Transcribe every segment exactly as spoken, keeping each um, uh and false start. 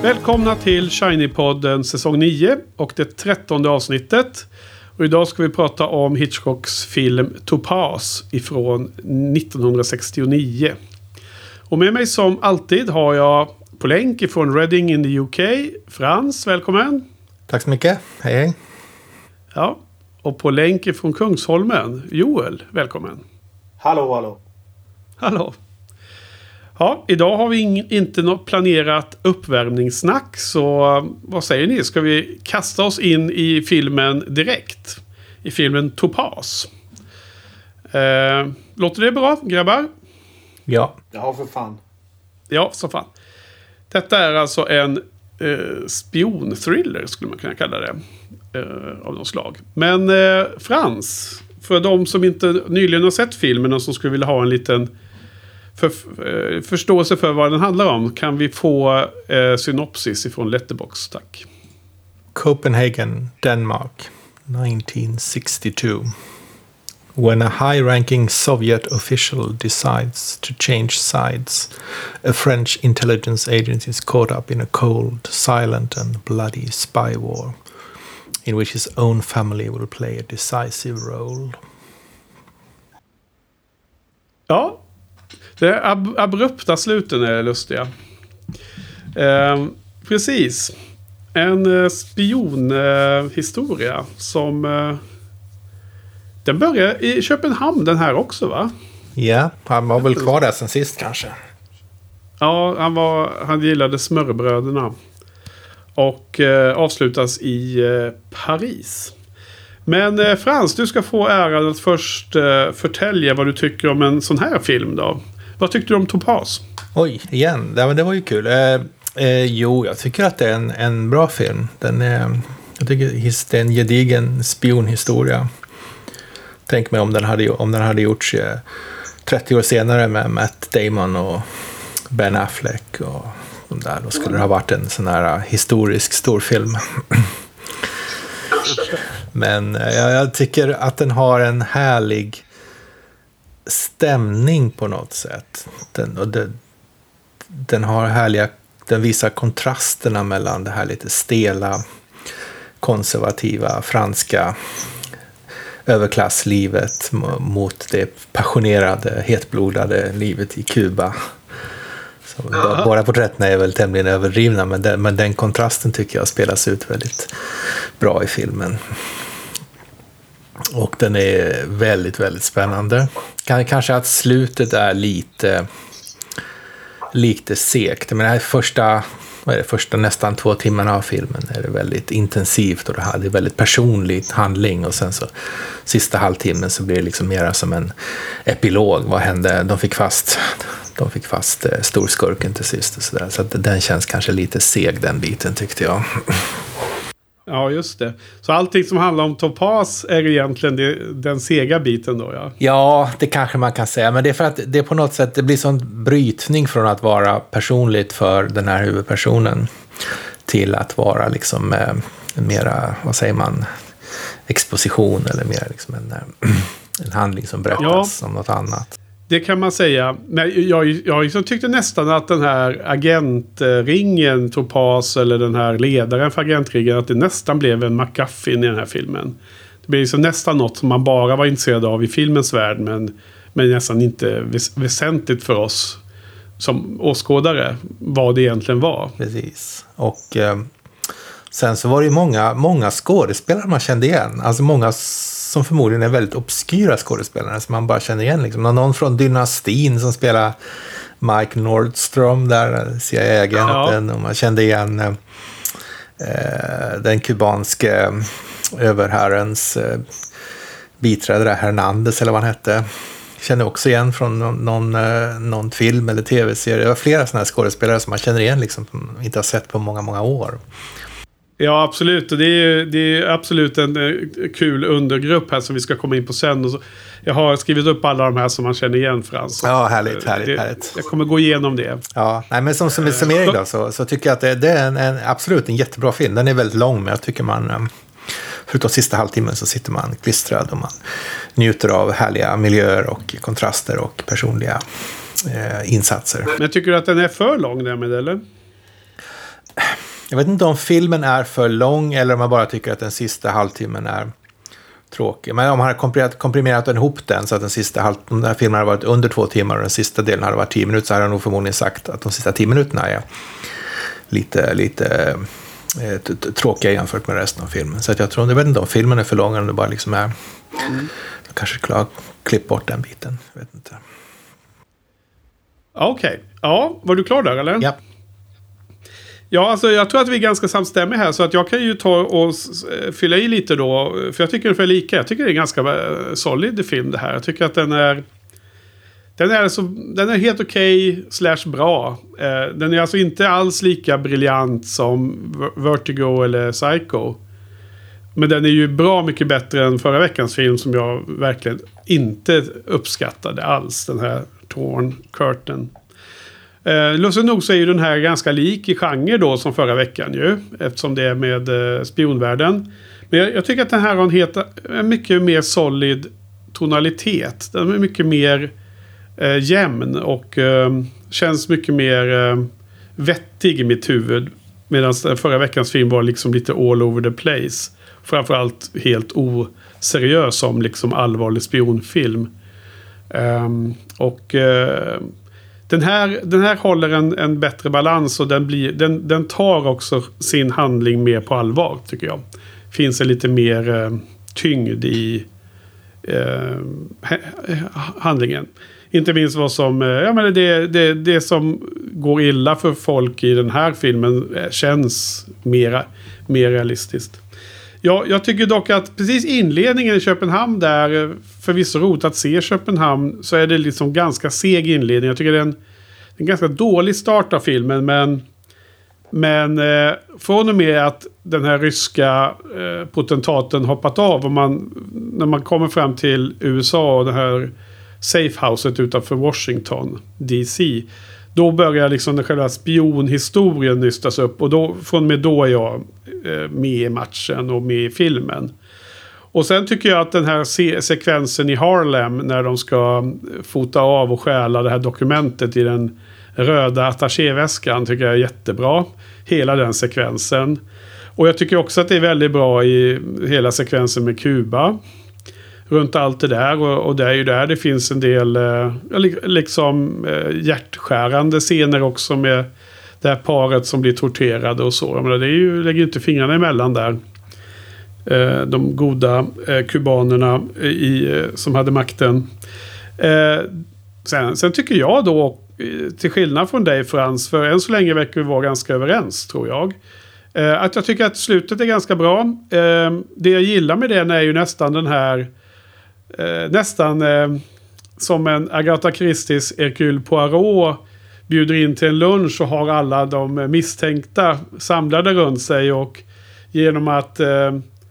Välkomna till Shiny-podden säsong nio och det trettonde avsnittet. Och idag ska vi prata om Hitchcocks film Topaz ifrån nittonhundrasextionio. Och med mig som alltid har jag på länk ifrån Reading in the U K, Frans, välkommen. Tack så mycket, hej hej. Ja, och på länk ifrån Kungsholmen, Joel, välkommen. Hallå, hallå. Hallå. Ja, idag har vi in, inte något planerat uppvärmningssnack, så vad säger ni? Ska vi kasta oss in i filmen direkt? I filmen Topaz. Eh, låter det bra, grabbar? Ja. Ja, för fan. Ja, så fan. Detta är alltså en eh, spionthriller, skulle man kunna kalla det. Eh, av något slag. Men eh, Frans, för de som inte nyligen har sett filmen och som skulle vilja ha en liten för, eh, förståelse för vad den handlar om, kan vi få eh, synopsis ifrån Letterboxd, tack. Copenhagen, Denmark, nineteen sixty-two. When a high-ranking Soviet official decides to change sides, a French intelligence agency is caught up in a cold, silent and bloody spy war, in which his own family will play a decisive role. Ja, det ab- abrupta sluten är lustiga. Eh, precis. En eh, spionhistoria eh, som... Eh, den börjar i Köpenhamn, den här också, va? Ja, han var väl kvar där sen sist kanske. Ja, han, var, han gillade smörbröderna. Och eh, avslutas i eh, Paris. Men eh, Frans, du ska få äran att först eh, förtälja vad du tycker om en sån här film då. Vad tyckte du om Topaz? Oj, igen. Det, det var ju kul. Eh, eh, jo, jag tycker att det är en, en bra film. Den är, jag tycker det är en gedigen spionhistoria. Tänk mig om den hade, om den hade gjorts eh, trettio år senare med Matt Damon och Ben Affleck och de där. Då skulle det ha varit en sån här historisk storfilm. Men eh, jag tycker att den har en härlig stämning på något sätt. Den, och det, den har härliga, den visar kontrasterna mellan det här lite stela, konservativa, franska överklasslivet mot det passionerade, hetblodade livet i Kuba. Så båda porträtterna är väl tämligen överdrivna, men den, men den kontrasten tycker jag spelas ut väldigt bra i filmen. Och den är väldigt, väldigt spännande. Kanske att slutet är lite lite segt. Men det här första, vad är det, första nästan två timmarna av filmen är det väldigt intensivt och det är väldigt personlig handling, och sen så sista halvtimmen så blir det liksom mera som en epilog. Vad hände? De fick fast de fick fast storskurken till sist och så där. Så att den känns kanske lite seg, den biten, tyckte jag. Ja, just det. Så allting som handlar om Topaz är egentligen det, den sega biten då, ja? Ja, det kanske man kan säga. Men det är för att det på något sätt det blir sån brytning från att vara personligt för den här huvudpersonen till att vara liksom eh, en mera, vad säger man, exposition eller mer liksom en, en handling som berättas ja. om något annat. Det kan man säga. Men jag, jag liksom tyckte nästan att den här agentringen, Topaz, eller den här ledaren för agentringen, att det nästan blev en MacGuffin i den här filmen. Det blev liksom nästan något som man bara var intresserad av i filmens värld, men, men nästan inte väs- väsentligt för oss som åskådare vad det egentligen var. Precis. Och eh, sen så var det ju många, många skådespelare man kände igen. Alltså många som förmodligen är väldigt obskyra skådespelare som man bara känner igen. Liksom. Någon från Dynastin som spelar Mike Nordstrom där, C I A-agenten. Ja. Och man kände igen eh, den kubanske överherrens eh, biträdare Hernandez eller vad han hette. Känner också igen från någon, någon, någon film eller tv-serie. Det var flera sådana här skådespelare som man känner igen liksom, som inte har sett på många, många år. Ja, absolut. Och det är, det är absolut en eh, kul undergrupp här som vi ska komma in på sen. Och så, jag har skrivit upp alla de här som man känner igen, Frans. Ja, härligt, härligt, det, härligt. Jag kommer gå igenom det. Ja, nej, men som, som en summering då så, så tycker jag att det, det är en, en, absolut en jättebra film. Den är väldigt lång, men jag tycker man, förutom sista halvtimmen så sitter man klistrad och man njuter av härliga miljöer och kontraster och personliga eh, insatser. Men tycker du att den är för lång därmed, eller? Jag vet inte om filmen är för lång eller om man bara tycker att den sista halvtimmen är tråkig. Men om man har komprimerat, komprimerat den ihop den så att den sista halv, den här filmen hade varit under två timmar och den sista delen hade varit tio minuter, så hade jag nog förmodligen sagt att de sista tio minuterna är lite, lite eh, tråkiga jämfört med resten av filmen. Så att jag tror, jag vet inte om filmen är för lång eller om det bara liksom är, mm. jag kanske skulle ha klippt bort den biten. Jag vet inte. Okej. Okay. Ja, var du klar där eller? Ja. Ja, alltså jag tror att vi är ganska samstämmiga här, så att jag kan ju ta och fylla i lite då, för jag tycker det är för lika. Jag tycker det är en ganska solid film det här. Jag tycker att den är den är, så, den är helt okej okay, slash bra. Eh, den är alltså inte alls lika briljant som Vertigo eller Psycho. Men den är ju bra mycket bättre än förra veckans film som jag verkligen inte uppskattade alls, den här Torn Curtain. Eh, lustigt nog så är ju den här ganska lik i genre då som förra veckan ju. Eftersom det är med eh, spionvärlden. Men jag, jag tycker att den här har en, helt, en mycket mer solid tonalitet. Den är mycket mer eh, jämn och eh, känns mycket mer eh, vettig i mitt huvud. Medan förra veckans film var liksom lite all over the place. Framförallt helt oseriös som liksom allvarlig spionfilm. Um, och... Uh, Den här, den här håller en, en bättre balans och den, blir, den, den tar också sin handling mer på allvar, tycker jag. Finns det lite mer eh, tyngd i eh, handlingen. Inte minst vad som, eh, ja, men det, det, det som går illa för folk i den här filmen eh, känns mer, mer realistiskt. Ja, jag tycker dock att precis inledningen i Köpenhamn där, förvisso roligt att se Köpenhamn, så är det liksom ganska seg inledning. Jag tycker det är en, en ganska dålig start av filmen, men, men eh, från och med att den här ryska eh, potentaten hoppat av och man, när man kommer fram till U S A och det här safehouset utanför Washington D C, då börjar liksom den själva spionhistorien nystas upp. Och då, från och med då är jag eh, med i matchen och med i filmen. Och sen tycker jag att den här se- sekvensen i Harlem när de ska fota av och stjäla det här dokumentet i den röda attachéväskan tycker jag är jättebra. Hela den sekvensen. Och jag tycker också att det är väldigt bra i hela sekvensen med Kuba. Runt allt det där, och, och det är ju där det finns en del eh, liksom eh, hjärtskärande scener också med det här paret som blir torterade och så. Men det är ju, lägger inte fingrarna emellan där. Eh, de goda eh, kubanerna i, eh, som hade makten. Eh, sen, sen tycker jag då, till skillnad från dig Frans, för än så länge verkar vi vara ganska överens tror jag. Eh, att jag tycker att slutet är ganska bra. Eh, det jag gillar med den är ju nästan den här Eh, nästan eh, som en Agatha Christies Hercule Poirot bjuder in till en lunch och har alla de misstänkta samlade runt sig, och genom att eh,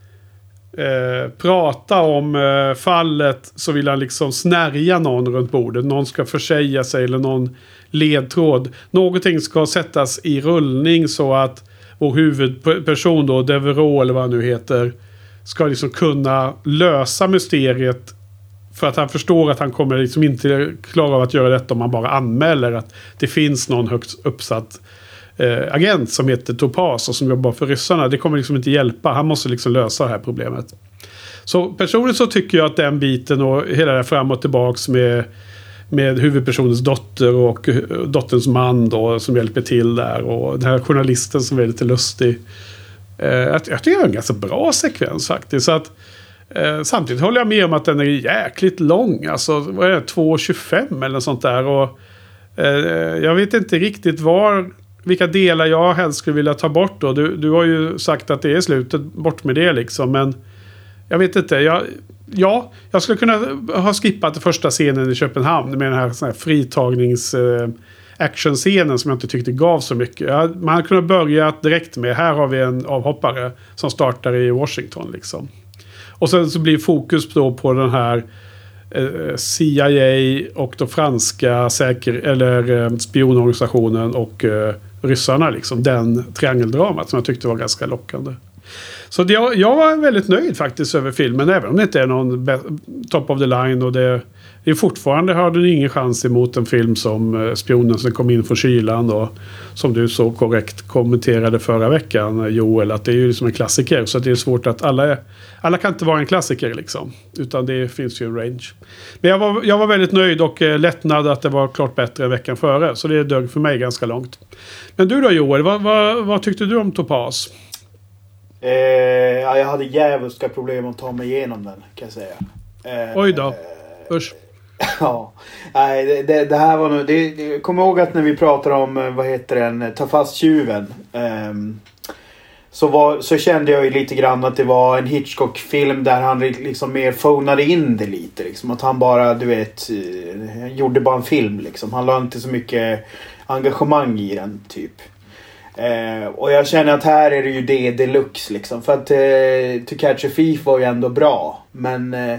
eh, prata om eh, fallet så vill han liksom snärja någon runt bordet. Någon ska försäga sig eller någon ledtråd. Någonting ska sättas i rullning så att vår huvudperson då, Devereaux eller vad han nu heter, ska liksom kunna lösa mysteriet, för att han förstår att han kommer liksom inte klara av att göra detta om man bara anmäler att det finns någon högt uppsatt eh, agent som heter Topaz och som jobbar för ryssarna. Det kommer liksom inte hjälpa. Han måste liksom lösa det här problemet. Så personligen så tycker jag att den biten och hela det fram och tillbaks med, med huvudpersonens dotter och dotterns man då som hjälper till där, och den här journalisten som är lite lustig. Eh, jag tycker det är en ganska bra sekvens faktiskt. Så att, eh, samtidigt håller jag med om att den är jäkligt lång. Alltså, vad är det? två tjugofem eller sånt där. Och, eh, jag vet inte riktigt var, vilka delar jag helst skulle vilja ta bort då. Du, du har ju sagt att det är slutet, bort med det liksom. Men jag vet inte. Jag, ja, jag skulle kunna ha skippat den första scenen i Köpenhamn med den här, sån här fritagnings... Eh, actionscenen som jag inte tyckte gav så mycket. Man hade kunnat börja direkt med, här har vi en avhoppare som startar i Washington liksom. Och sen så blir fokus då på den här eh, C I A och de franska säker eller eh, spionorganisationen och eh, ryssarna liksom. Den triangeldramat som jag tyckte var ganska lockande. Så det, jag var väldigt nöjd faktiskt över filmen, även om det inte är någon be- top of the line och det, det är fortfarande har du ingen chans emot en film som Spionen som kom in från kylan och som du så korrekt kommenterade förra veckan, Joel, att det är ju liksom en klassiker, så det är svårt att alla är, alla kan inte vara en klassiker liksom, utan det finns ju en range. Men jag var, jag var väldigt nöjd och eh, lättnad att det var klart bättre än veckan före, så det dög för mig ganska långt. Men du då, Joel, vad, vad, vad tyckte du om Topaz? Eh, ja, jag hade jävliga problem att ta mig igenom den, kan jag säga. Eh, Oj då. Usch. Ja, nej, det, det, det här var nog... Det, det, kom ihåg att när vi pratar om, vad heter den, Ta fast tjuven. Um, så, var, så kände jag ju lite grann att det var en Hitchcock-film där han liksom mer fonade in det lite. Liksom. Att han bara, du vet, gjorde bara en film. Liksom. Han la inte så mycket engagemang i den, typ. Uh, och jag känner att här är det ju det deluxe, liksom. För att uh, To Catch a Thief var ju ändå bra. Men... Uh,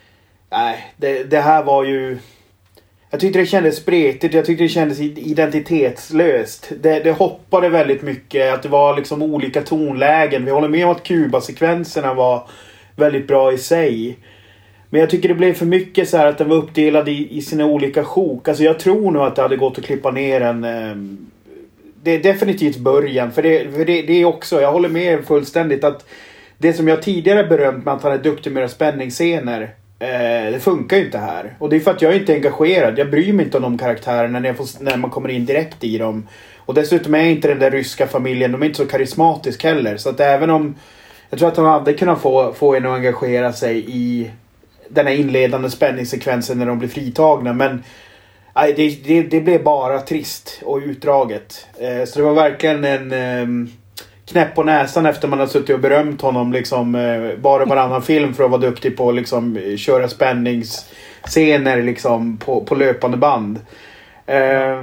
Nej, det, det här var ju... Jag tyckte det kändes spretigt. Jag tyckte det kändes identitetslöst. Det, det hoppade väldigt mycket. Att det var liksom olika tonlägen. Vi håller med om att Kuba-sekvenserna var väldigt bra i sig. Men jag tycker det blev för mycket så här att den var uppdelad i, i sina olika sjok. Alltså jag tror nog att det hade gått att klippa ner en... Eh, det är definitivt början. För, det, för det, det är också... Jag håller med fullständigt att det som jag tidigare berömt med att han är duktig med spänningsscener... Eh, det funkar ju inte här. Och det är för att jag inte är engagerad. Jag bryr mig inte om de karaktärerna när, jag får, när man kommer in direkt i dem. Och dessutom är inte den där ryska familjen, de är inte så karismatisk heller. Så att även om jag tror att de hade kunnat få, få en att engagera sig i den här inledande spänningssekvensen när de blir fritagna. Men nej, det, det, det blev bara trist och utdraget. Eh, så det var verkligen en... Eh, knäpp på näsan efter man har suttit och berömt honom liksom, eh, bara varannan film för att vara duktig på liksom, köra spänningsscener liksom, på, på löpande band. Eh,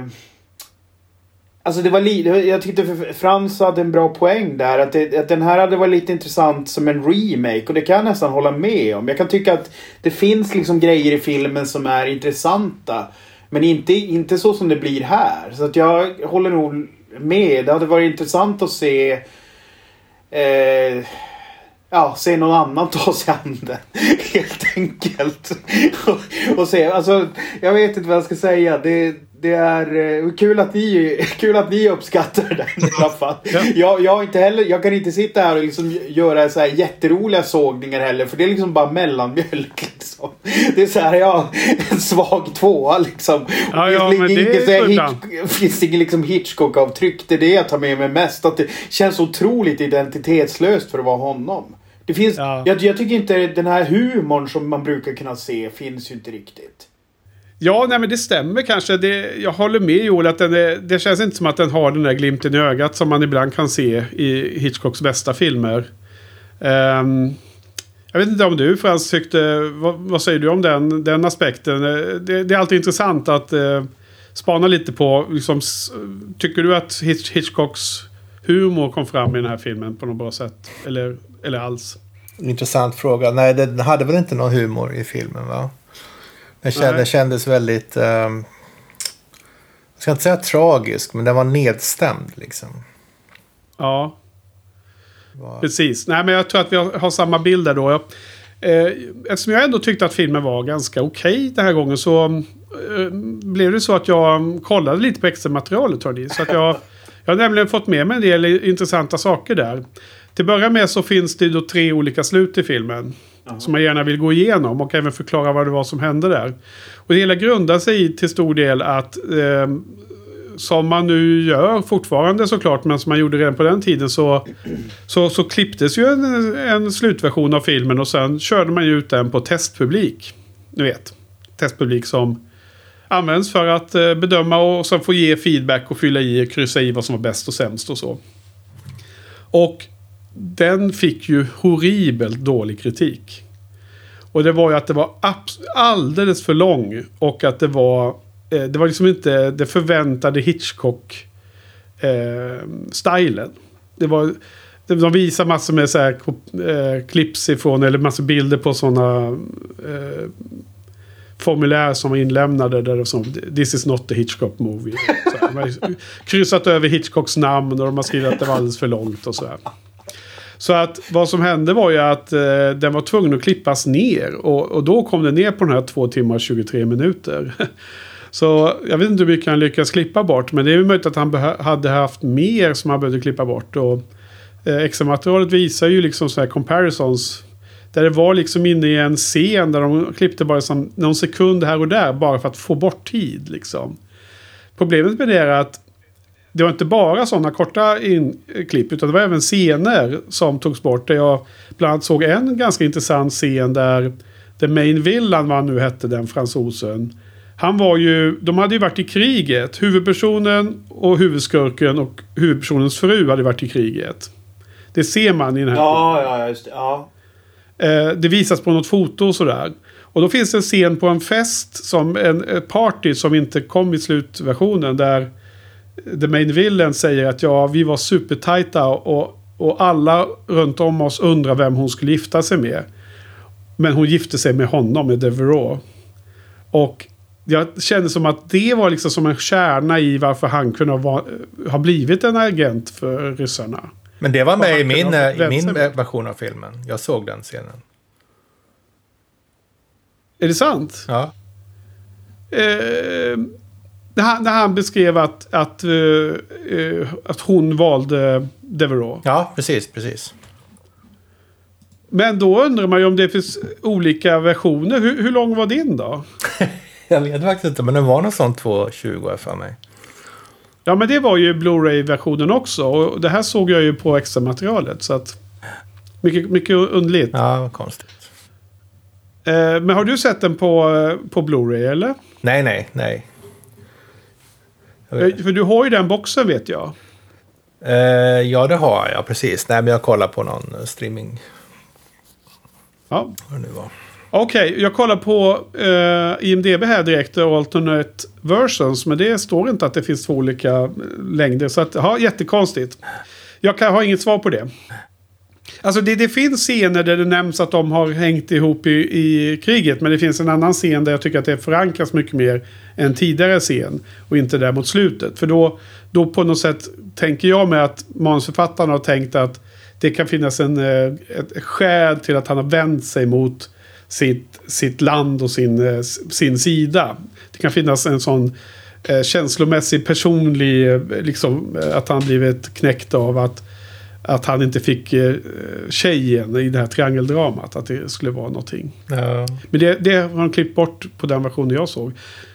alltså det var li- jag tyckte Frans hade en bra poäng där, att, det, att den här hade varit lite intressant som en remake, och det kan jag nästan hålla med om. Jag kan tycka att det finns liksom grejer i filmen som är intressanta, men inte, inte så som det blir här. Så att jag håller nog med. Det hade varit intressant att se eh, ja, se någon annan ta sig an den helt enkelt och, och se, alltså jag vet inte vad jag ska säga. Det, det är eh, kul att ni kul att ni uppskattar den i alla fall. Ja. jag, jag, inte heller, jag kan inte sitta här och liksom göra så här jätteroliga sågningar heller, för det är liksom bara mellanmjölk liksom. Det är så här, ja, en svag tvåa liksom. Ja, ja, men det är Hitch, finns det liksom Hitchcock-avtryck. Det är det jag tar med mig mest, att det känns otroligt identitetslöst för att vara honom. Det finns, ja. jag, jag tycker inte den här humorn som man brukar kunna se finns ju inte riktigt. Ja, nej men det stämmer kanske. Det, jag håller med Joel att den är, det känns inte som att den har den där glimten i ögat som man ibland kan se i Hitchcocks bästa filmer. Um, jag vet inte om du, Frans, tyckte, vad, vad säger du om den, den aspekten? Det, det är alltid intressant att uh, spana lite på, liksom, tycker du att Hitchcocks humor kom fram i den här filmen på något bra sätt? Eller, eller alls? Intressant fråga. Nej, den hade väl inte någon humor i filmen, va? Den kändes, kändes väldigt... Um, jag ska inte säga tragisk, men den var nedstämd, liksom. Ja. Var... Precis. Nej, men jag tror att vi har, har samma bild där då. Jag, eh, eftersom jag ändå tyckte att filmen var ganska okej okay den här gången, så eh, blev det så att jag kollade lite på extra materialet, hörde. Så att jag, jag har nämligen fått med mig en del intressanta saker där. Till börja med så finns det då tre olika slut i filmen. Aha. Som man gärna vill gå igenom och även förklara vad det var som hände där. Och det hela grundar sig i till stor del att eh, som man nu gör fortfarande såklart, men som man gjorde redan på den tiden, så, så, så klipptes ju en, en slutversion av filmen och sen körde man ju ut den på testpublik. Ni vet, testpublik som används för att eh, bedöma och sen få ge feedback och fylla i och kryssa i vad som var bäst och sämst och så. Och den fick ju horribelt dålig kritik. Och det var ju att det var abs- alldeles för lång. Och att det var eh, det var liksom inte det förväntade Hitchcock eh, stilen. Det var, de visar massor med så här, eh, clips ifrån, eller massor bilder på sådana eh, formulär som var inlämnade där det som "This is not the Hitchcock movie". Så här, man har kryssat över Hitchcocks namn och de har skrivit att det var alldeles för långt och så här. Så att vad som hände var ju att eh, den var tvungen att klippas ner. Och, och då kom den ner på den här två timmar och tjugotre minuter. Så jag vet inte hur mycket han lyckas klippa bort. Men det är ju möjligt att han behö- hade haft mer som han behövde klippa bort. Och eh, extra-materialet visar ju liksom så här comparisons. Där det var liksom inne i en scen där de klippte bara som någon sekund här och där. Bara för att få bort tid liksom. Problemet med det är att det var inte bara sådana korta in- klipp. Utan det var även scener som togs bort. Där jag bland annat såg en ganska intressant scen där The Main Villain, vad han nu hette, den fransosen. Han var ju, de hade ju varit i kriget. Huvudpersonen och huvudskurken och huvudpersonens fru hade varit i kriget. Det ser man i den här. Ja, ja, just det. Ja. Eh, det visas på något foto och sådär. Och då finns det en scen på en fest, som en, en party som inte kom i slutversionen. Där The Main Villain säger att ja, vi var supertajta och, och alla runt om oss undrar vem hon skulle gifta sig med. Men hon gifte sig med honom, med Devereaux. Och jag kände som att det var liksom som en kärna i varför han kunde ha, ha blivit en agent för ryssarna. Men det var med i min, i min version av filmen. Jag såg den scenen. Är det sant? Ja. Eh, när, han, när han beskrev att, att, eh, att hon valde Devereaux. Ja, precis, precis. Men då undrar man ju om det finns olika versioner. Hur, hur lång var din då? Jag vet faktiskt inte, men det var någon sån två tjugo för mig. Ja, men det var ju Blu-ray-versionen också. Och det här såg jag ju på extra materialet. Så att mycket, mycket underligt. Ja, vad konstigt. Eh, men har du sett den på, på Blu-ray eller? Nej, nej, nej. Eh, för du har ju den boxen, vet jag. Eh, ja, det har jag, precis. Nej, men jag kollar på någon streaming. Ja. Vad det nu var. Okej, okay, jag kollar på uh, I M D B här direkt, alternate versions, men det står inte att det finns två olika längder, så att, ja, jättekonstigt. Jag kan, har inget svar på det. Alltså det, det finns scener där det nämns att de har hängt ihop i, i kriget, men det finns en annan scen där jag tycker att det förankras mycket mer än tidigare scen och inte där mot slutet. För då, då på något sätt tänker jag med att manusförfattarna har tänkt att det kan finnas en, ett skäl till att han har vänt sig mot sitt, sitt land och sin, sin sida. Det kan finnas en sån eh, känslomässig, personlig, liksom, att han blivit knäckt av att, att han inte fick eh, tjejen i det här triangeldramat. Att det skulle vara någonting. Ja. Men det, det har han klippt bort på den versionen jag såg.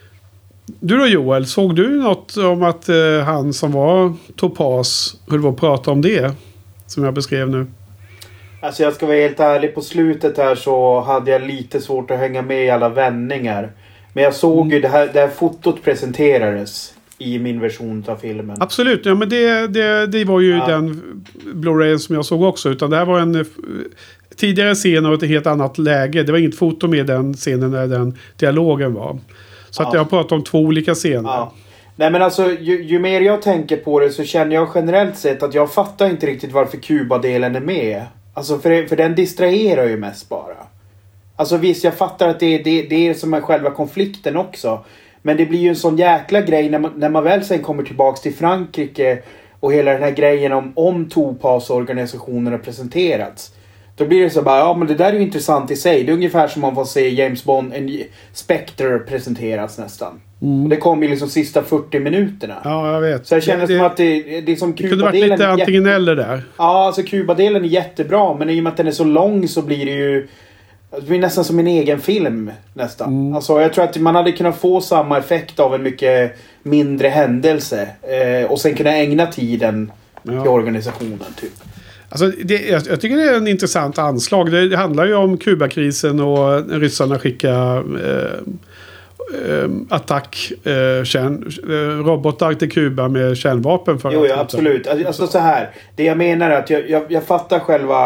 Du då Joel, såg du något om att eh, han som var Topaz höll på att prata om det? Som jag beskrev nu. Alltså jag ska vara helt ärlig, på slutet här så hade jag lite svårt att hänga med i alla vändningar. Men jag såg mm. ju det här, det här fotot presenterades i min version av filmen. Absolut, ja men det, det, det var ju ja. den Blu-ray som jag såg också. Utan det här var en uh, tidigare scen och ett helt annat läge. Det var inget foto med den scenen när den dialogen var. Så ja. att jag har pratat om två olika scener. Ja. Nej men alltså ju, ju mer jag tänker på det så känner jag generellt sett att jag fattar inte riktigt varför Kuba-delen är med. Alltså för, för den distraherar ju mest bara. Alltså visst, jag fattar att det, det, det är som är själva konflikten också. Men det blir ju en sån jäkla grej när man, när man väl sen kommer tillbaks till Frankrike och hela den här grejen om, om Topaz-organisationen har presenterats. Då blir det så bara, ja men det där är ju intressant i sig. Det är ungefär som man får se James Bond, en Spectre presenteras nästan. Mm. Och det kom ju liksom sista fyrtio minuterna. Ja, jag vet. Så jag känner det, som att det, det är som Kuba-delen. Det kunde varit lite antingen jätte... eller där. Ja, alltså Kuba-delen är jättebra. Men i och med att den är så lång så blir det ju... Det blir nästan som en egen film nästan. Mm. Alltså jag tror att man hade kunnat få samma effekt av en mycket mindre händelse. Eh, och sen kunna ägna tiden ja. till organisationen typ. Alltså det, jag, jag tycker det är en intressant anslag. Det, det handlar ju om Kubakrisen och ryssarna skickar eh, eh, attack eh, kärn, eh, robotar till Kuba med kärnvapen. För jo, ja, absolut. Alltså så här. Det jag menar är att jag, jag, jag fattar själva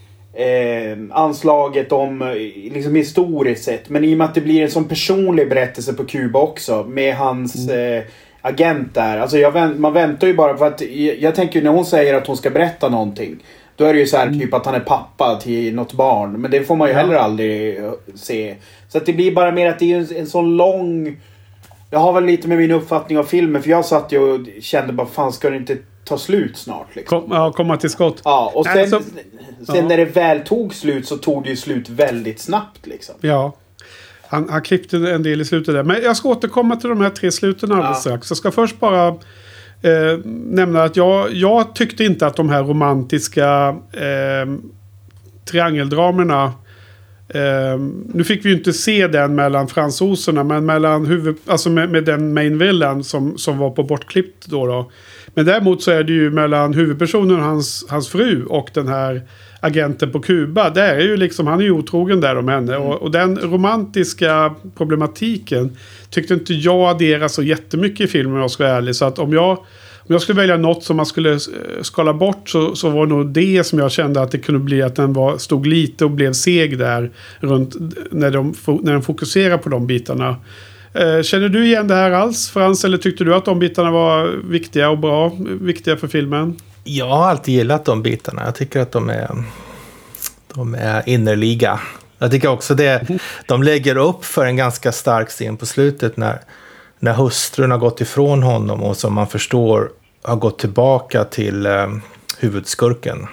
eh, anslaget om liksom historiskt sett. Men i och med att det blir en sån personlig berättelse på Kuba också med hans... Mm. Eh, agent där. Alltså jag vänt, man väntar ju bara på att jag, jag tänker ju när hon säger att hon ska berätta någonting. Då är det ju så här mm. typ att han är pappa till något barn. Men det får man ju ja. heller aldrig se. Så att det blir bara mer att det är en, en sån lång... Jag har väl lite med min uppfattning av filmen. För jag satt ju och kände bara, fan ska det inte ta slut snart. Liksom. Kom, ja, komma till skott. Ja, och sen, Nej, så, sen ja. när det väl tog slut så tog det ju slut väldigt snabbt. Liksom. Ja. Han, han klippte en del i slutet där. Men jag ska återkomma till de här tre sluten alldeles ja. strax. Jag ska först bara eh, nämna att jag, jag tyckte inte att de här romantiska eh, triangeldramerna. Eh, nu fick vi ju inte se den mellan fransoserna, men mellan huvud, alltså med, med den main villain som, som var på bortklippt då, då. Men däremot så är det ju mellan huvudpersonen och hans, hans fru och den här agenten på Kuba. Där är ju liksom, han är ju otrogen där om henne. Mm. Och, och den romantiska problematiken tyckte inte jag addera så jättemycket i filmen, om jag ska vara ärlig. Så att om jag, om jag skulle välja något som man skulle skala bort så, så var nog det som jag kände att det kunde bli att den var, stod lite och blev seg där runt när de, när de fokuserar på de bitarna. Eh, känner du igen det här alls, Frans? Eller tyckte du att de bitarna var viktiga och bra, viktiga för filmen? Jag har alltid gillat de bitarna. Jag tycker att de är, de är innerliga. Jag tycker också det, de lägger upp för en ganska stark scen på slutet när, när hustrun har gått ifrån honom och som man förstår har gått tillbaka till eh, huvudskurken.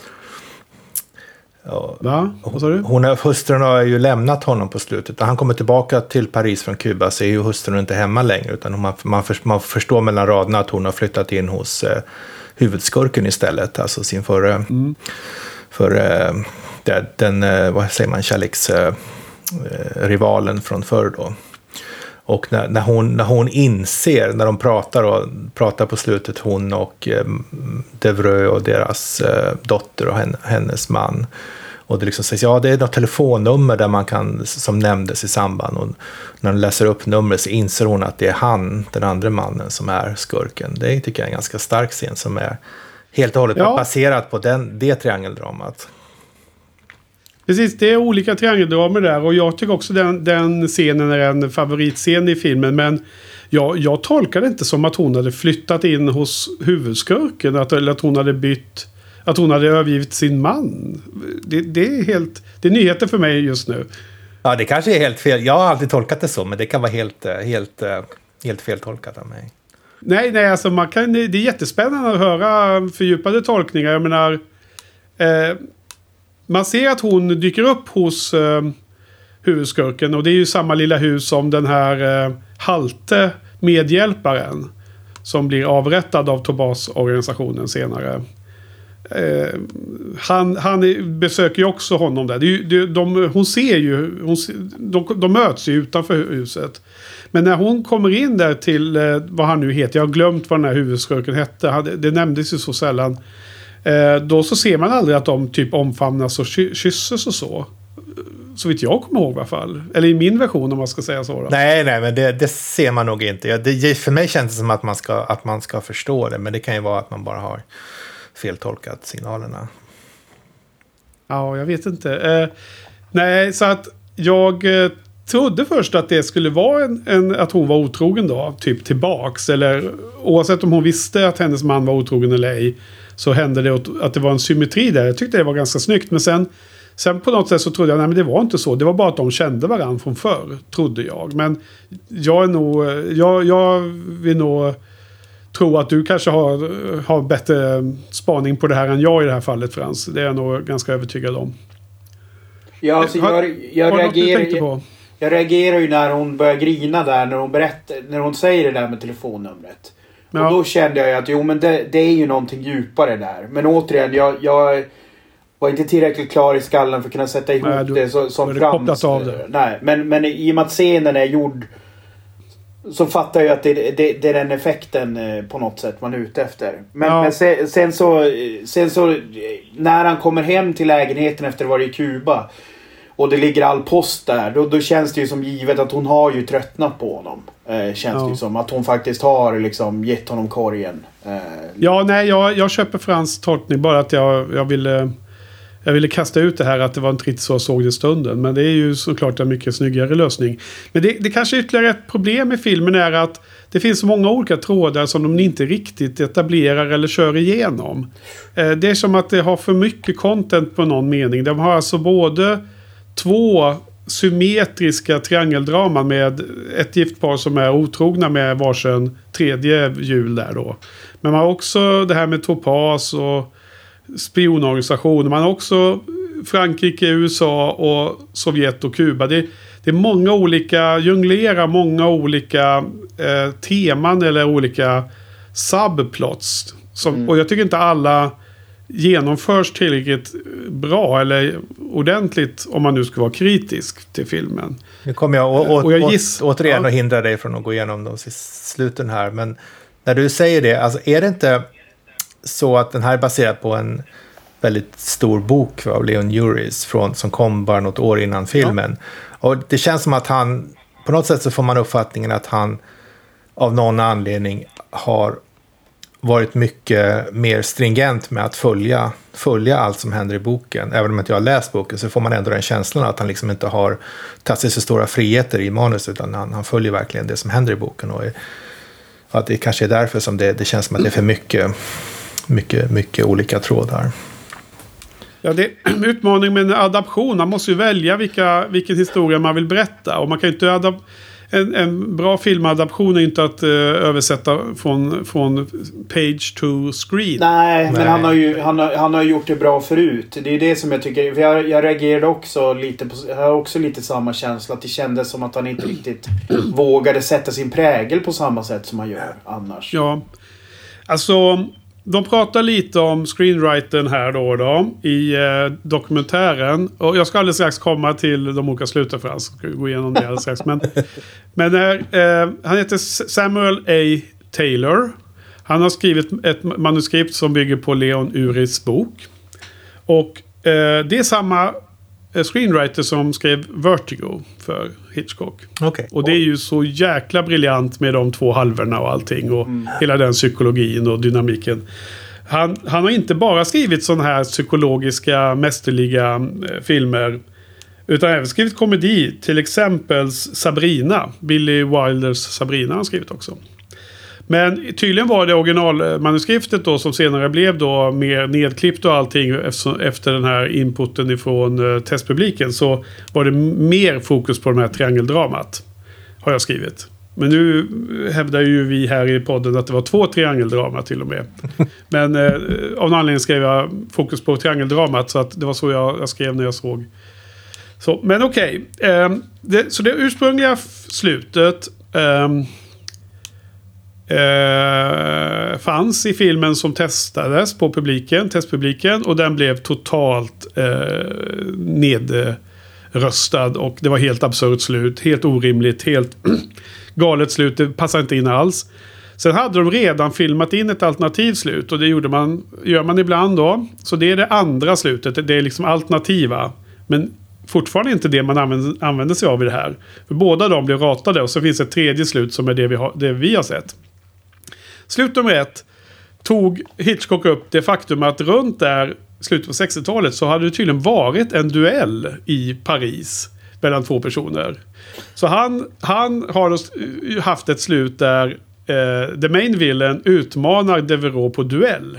Va? Vad sa du? Hon har, hustrun har ju lämnat honom på slutet. När han kommer tillbaka till Paris från Kuba så är ju hustrun inte hemma längre. Utan man, man, för, man förstår mellan raderna att hon har flyttat in hos eh, huvudskurken istället. Alltså sin förre... Mm. För eh, den, eh, vad säger man, kärleks eh, rivalen från förr då. Och när, när, hon, när hon inser, när de pratar och pratar på slutet, hon och eh, Devreux och deras eh, dotter och henne, hennes man. Och det liksom sägs, ja det är något telefonnummer där man kan, som nämndes i samband. Och när de läser upp numret så inser hon att det är han, den andra mannen, som är skurken. Det tycker jag är en ganska stark scen som är helt och hållet ja. baserat på den, det triangeldramat. Precis, det är olika triangeldramer där och jag tycker också den, den scenen är en favoritscen i filmen, men jag, jag tolkar det inte som att hon hade flyttat in hos huvudskurken, att, eller att hon hade bytt, att hon hade övergivit sin man. Det, det är helt, det är nyheter för mig just nu. Ja, det kanske är helt fel. Jag har alltid tolkat det så, men det kan vara helt, helt, helt fel tolkat av mig. Nej, nej, alltså man kan, det är jättespännande att höra fördjupade tolkningar. Jag menar, eh, man ser att hon dyker upp hos eh, huvudskurken och det är ju samma lilla hus som den här eh, halte medhjälparen som blir avrättad av Tobas-organisationen senare. Eh, han, han besöker ju också honom där. Det är ju, det, de, hon ser ju, hon, de, de möts ju utanför huset. Men när hon kommer in där till eh, vad han nu heter, jag har glömt vad den här huvudskurken hette, det, det nämndes ju så sällan. Eh, då så ser man aldrig att de typ omfamnas och ky- kysses och så. Så vitt jag kommer ihåg i alla fall. Eller i min version om man ska säga så. Då. Nej, nej, men det, det ser man nog inte. Det, för mig känns det som att man, ska, att man ska förstå det. Men det kan ju vara att man bara har feltolkat signalerna. Ja, jag vet inte. Eh, nej, så att jag eh, trodde först att det skulle vara en, en, att hon var otrogen då. Typ tillbaks. Eller oavsett om hon visste att hennes man var otrogen eller ej. Så hände det att det var en symmetri där. Jag tyckte det var ganska snyggt. Men sen, sen på något sätt så trodde jag, nej men det var inte så. Det var bara att de kände varandra från förr, trodde jag. Men jag är nog, jag, jag vill nog tro att du kanske har, har bättre spaning på det här än jag i det här fallet, Frans. Det är jag nog ganska övertygad om. Ja, alltså har, jag, jag, har reagerar, jag, jag reagerar ju när hon börjar grina där, när hon berättar, när hon säger det där med telefonnumret. Ja. Och då kände jag att jo, men det, det är ju någonting djupare där. Men återigen, jag, jag var inte tillräckligt klar i skallen för att kunna sätta ihop nej, du, det så, som Frans. Av det. Nej, men, men i och med att scenen är gjord så fattar jag att det, det, det är den effekten på något sätt man är ute efter. Men, ja. men sen, sen, så, sen så när han kommer hem till lägenheten efter att ha varit i Kuba och det ligger all post där, då, då känns det ju som givet att hon har ju tröttnat på honom. Eh, känns ja. det ju som att hon faktiskt har liksom gett honom korgen. Eh. Ja, nej, jag, jag köper Frans tolkning, bara att jag, jag ville jag ville kasta ut det här att det var inte riktigt så jag såg det stunden. Men det är ju såklart en mycket snyggare lösning. Men det, det kanske ytterligare ett problem i filmen är att det finns så många olika trådar som de inte riktigt etablerar eller kör igenom. Eh, det är som att det har för mycket content på någon mening. De har alltså både två symmetriska triangeldraman med ett gift par som är otrogna med varsin tredje hjul där då. Men man har också det här med Topaz och spionorganisationer. Man har också Frankrike, U S A och Sovjet och Kuba. Det, det är många olika, jonglera många olika eh, teman eller olika subplots. Som, mm. Och jag tycker inte alla genomförs tillräckligt bra eller ordentligt om man nu ska vara kritisk till filmen. Nu kommer jag, å, å, och jag giss, å, återigen ja. att hindra dig från att gå igenom de sluten här. Men när du säger det, alltså är det inte så att den här är baserad på en väldigt stor bok av Leon Uris från, som kom bara något år innan filmen. Ja. Och det känns som att han, på något sätt så får man uppfattningen att han av någon anledning har varit mycket mer stringent med att följa, följa allt som händer i boken. Även om inte jag har läst boken så får man ändå den känslan att han liksom inte har tagit sig så stora friheter i manus, utan han, han följer verkligen det som händer i boken. Och, är, och att det kanske är därför som det, det känns som att det är för mycket, mycket, mycket olika trådar. Ja, det är en utmaning med en adaption. Man måste ju välja vilka, vilken historia man vill berätta. Och man kan ju inte adap- en, en bra filmadaption är inte att uh, översätta från, från page to screen. Nej, Nej. men han har ju han har, han har gjort det bra förut. Det är det som jag tycker. För jag, jag reagerade också lite på, jag har också lite samma känsla. Att det kändes som att han inte riktigt vågade sätta sin prägel på samma sätt som han gör annars. Ja, alltså... De pratar lite om screenwritern här då, och då i eh, dokumentären. Och jag ska alldeles strax komma till de olika sluten för att ska gå igenom det alldeles strax. Men, men eh, han heter Samuel A. Taylor. Han har skrivit ett manuskript som bygger på Leon Uris bok. Och eh, det är samma screenwriter som skrev Vertigo för Hitchcock. Okay. Och det är ju så jäkla briljant med de två halvorna och allting. Och mm. hela den psykologin och dynamiken. Han, han har inte bara skrivit sådana här psykologiska, mästerliga eh, filmer. Utan även skrivit komedi. Till exempel Sabrina. Billy Wilders Sabrina har han skrivit också. Men tydligen var det originalmanuskriptet då som senare blev då mer nedklippt och allting efter, efter den här inputen ifrån uh, testpubliken, så var det mer fokus på de här triangeldramat, har jag skrivit. Men nu hävdar ju vi här i podden att det var två triangeldrama till och med. Men uh, av någon anledning skrev jag fokus på triangeldramat, så att det var så jag, jag skrev när jag såg. Så, men okej. Okay. Um, så det ursprungliga f- slutet... Um, Eh, fanns i filmen som testades på publiken, testpubliken, och den blev totalt eh, nedröstad, och det var helt absurt slut, helt orimligt, helt galet slut, det passade inte in alls. Sen hade de redan filmat in ett alternativt slut, och det gjorde man, gör man ibland då, så det är det andra slutet, det är liksom alternativa, men fortfarande inte det man använder, använder sig av i det här, för båda de blev ratade, och så finns ett tredje slut som är det vi har, det vi har sett. Slut nummer ett tog Hitchcock upp det faktum att runt där slutet på sextiotalet så hade det tydligen varit en duell i Paris mellan två personer. Så han, han har haft ett slut där eh, The Main Villain utmanar Devereaux på duell.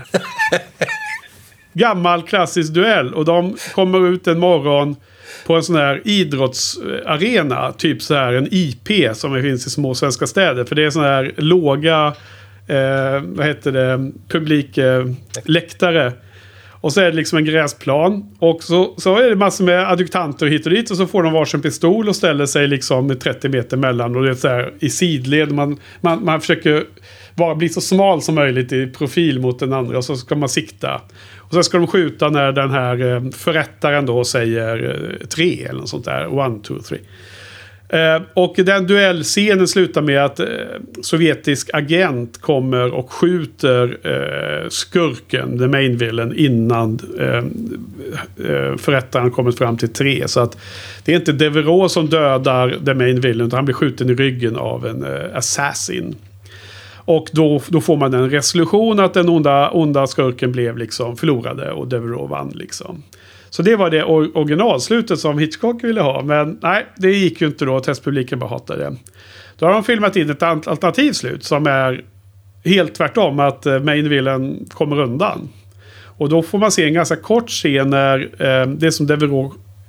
Gammal klassisk duell, och de kommer ut en morgon på en sån här idrottsarena, typ så här en I P som det finns i små svenska städer, för det är sån här låga Eh, vad heter det, publikläktare. Eh, och så är det liksom en gräsplan. Och så, så är det massor med adjutanter hit och dit. Och så får de varsin pistol och ställer sig liksom med trettio meter mellan. Och det är så här i sidled. Man, man, man försöker vara, bli så smal som möjligt i profil mot den andra. Och så ska man sikta. Och så ska de skjuta när den här förrättaren då säger tre eller något sånt där. One, two, three. Uh, och den duellscenen slutar med att uh, sovjetisk agent kommer och skjuter uh, skurken, the main villain, innan uh, uh, förrättaren kommit fram till tre. Så att det är inte Devereaux som dödar the main villain, utan han blir skjuten i ryggen av en uh, assassin. Och då, då får man en resolution att den onda, onda skurken blev liksom förlorade och Devereaux vann liksom. Så det var det originalslutet som Hitchcock ville ha. Men nej, det gick ju inte då. Testpubliken bara hatade det. Då har de filmat in ett alternativt slut som är helt tvärtom. Att main villain kommer undan. Och då får man se en ganska kort scen när eh, det som Devereaux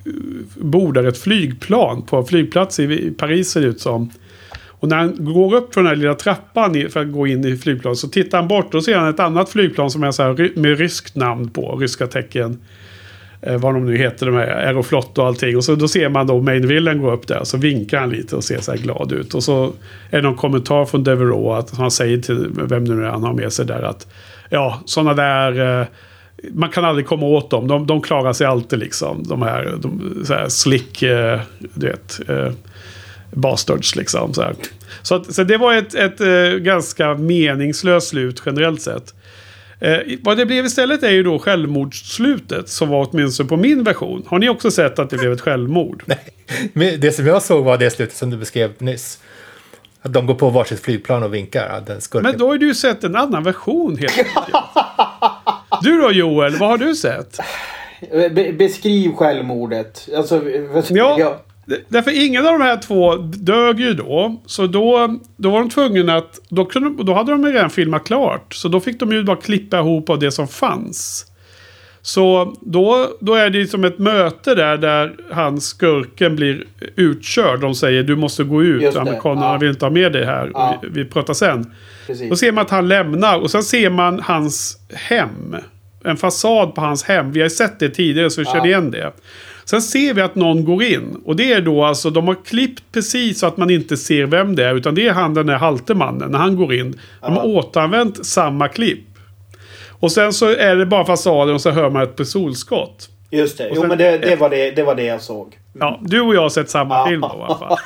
bordar ett flygplan på en flygplats i Paris ser det ut som. Och när han går upp för den här lilla trappan för att gå in i flygplan så tittar han bort och ser han ett annat flygplan som är så här med ryskt namn på, ryska tecken. Eh, vad de nu heter, de här Aeroflot och allting. Och så då ser man då Main Villain gå upp där så vinkar han lite och ser så här glad ut. Och så är det någon kommentar från Devereaux att han säger till vem nu är han har med sig där att ja, sådana där... Eh, man kan aldrig komma åt dem. De, de klarar sig alltid liksom. De här, de, så här slick, eh, du vet... Eh, bastards liksom så här. Så, att, så det var ett, ett, ett ganska meningslöst slut generellt sett. Eh, vad det blev istället är ju då självmordsslutet som var åtminstone på min version. Har ni också sett att det blev ett självmord? Nej, men det som jag såg var det slutet som du beskrev nyss. Att de går på varsitt flygplan och vinkar. Den skurken. Men då har du ju sett en annan version helt enkelt. Du då Joel, vad har du sett? Be- beskriv självmordet. Alltså, ja. ja. Därför ingen av de här två dög ju då. Så då, då var de tvungna att... Då, kunde, då hade de redan filmat klart. Så då fick de ju bara klippa ihop av det som fanns. Så då, då är det som ett möte där. Där han skurken blir utkörd. De säger du måste gå ut. Amerikanerna ja. vill inte ha med dig här. Ja. Vi, vi pratar sen. Precis. Då ser man att han lämnar. Och sen ser man hans hem. En fasad på hans hem. Vi har sett det tidigare så vi känner ja. igen det. Sen ser vi att någon går in. Och det är då alltså, de har klippt precis så att man inte ser vem det är. Utan det är han, den där haltemannen, när han går in. De har återanvänt samma klipp. Och sen så är det bara fasaden och så hör man ett pistolskott. Just det, sen, jo men det, det, var det, det var det jag såg. Mm. Ja, du och jag har sett samma film då i alla fall.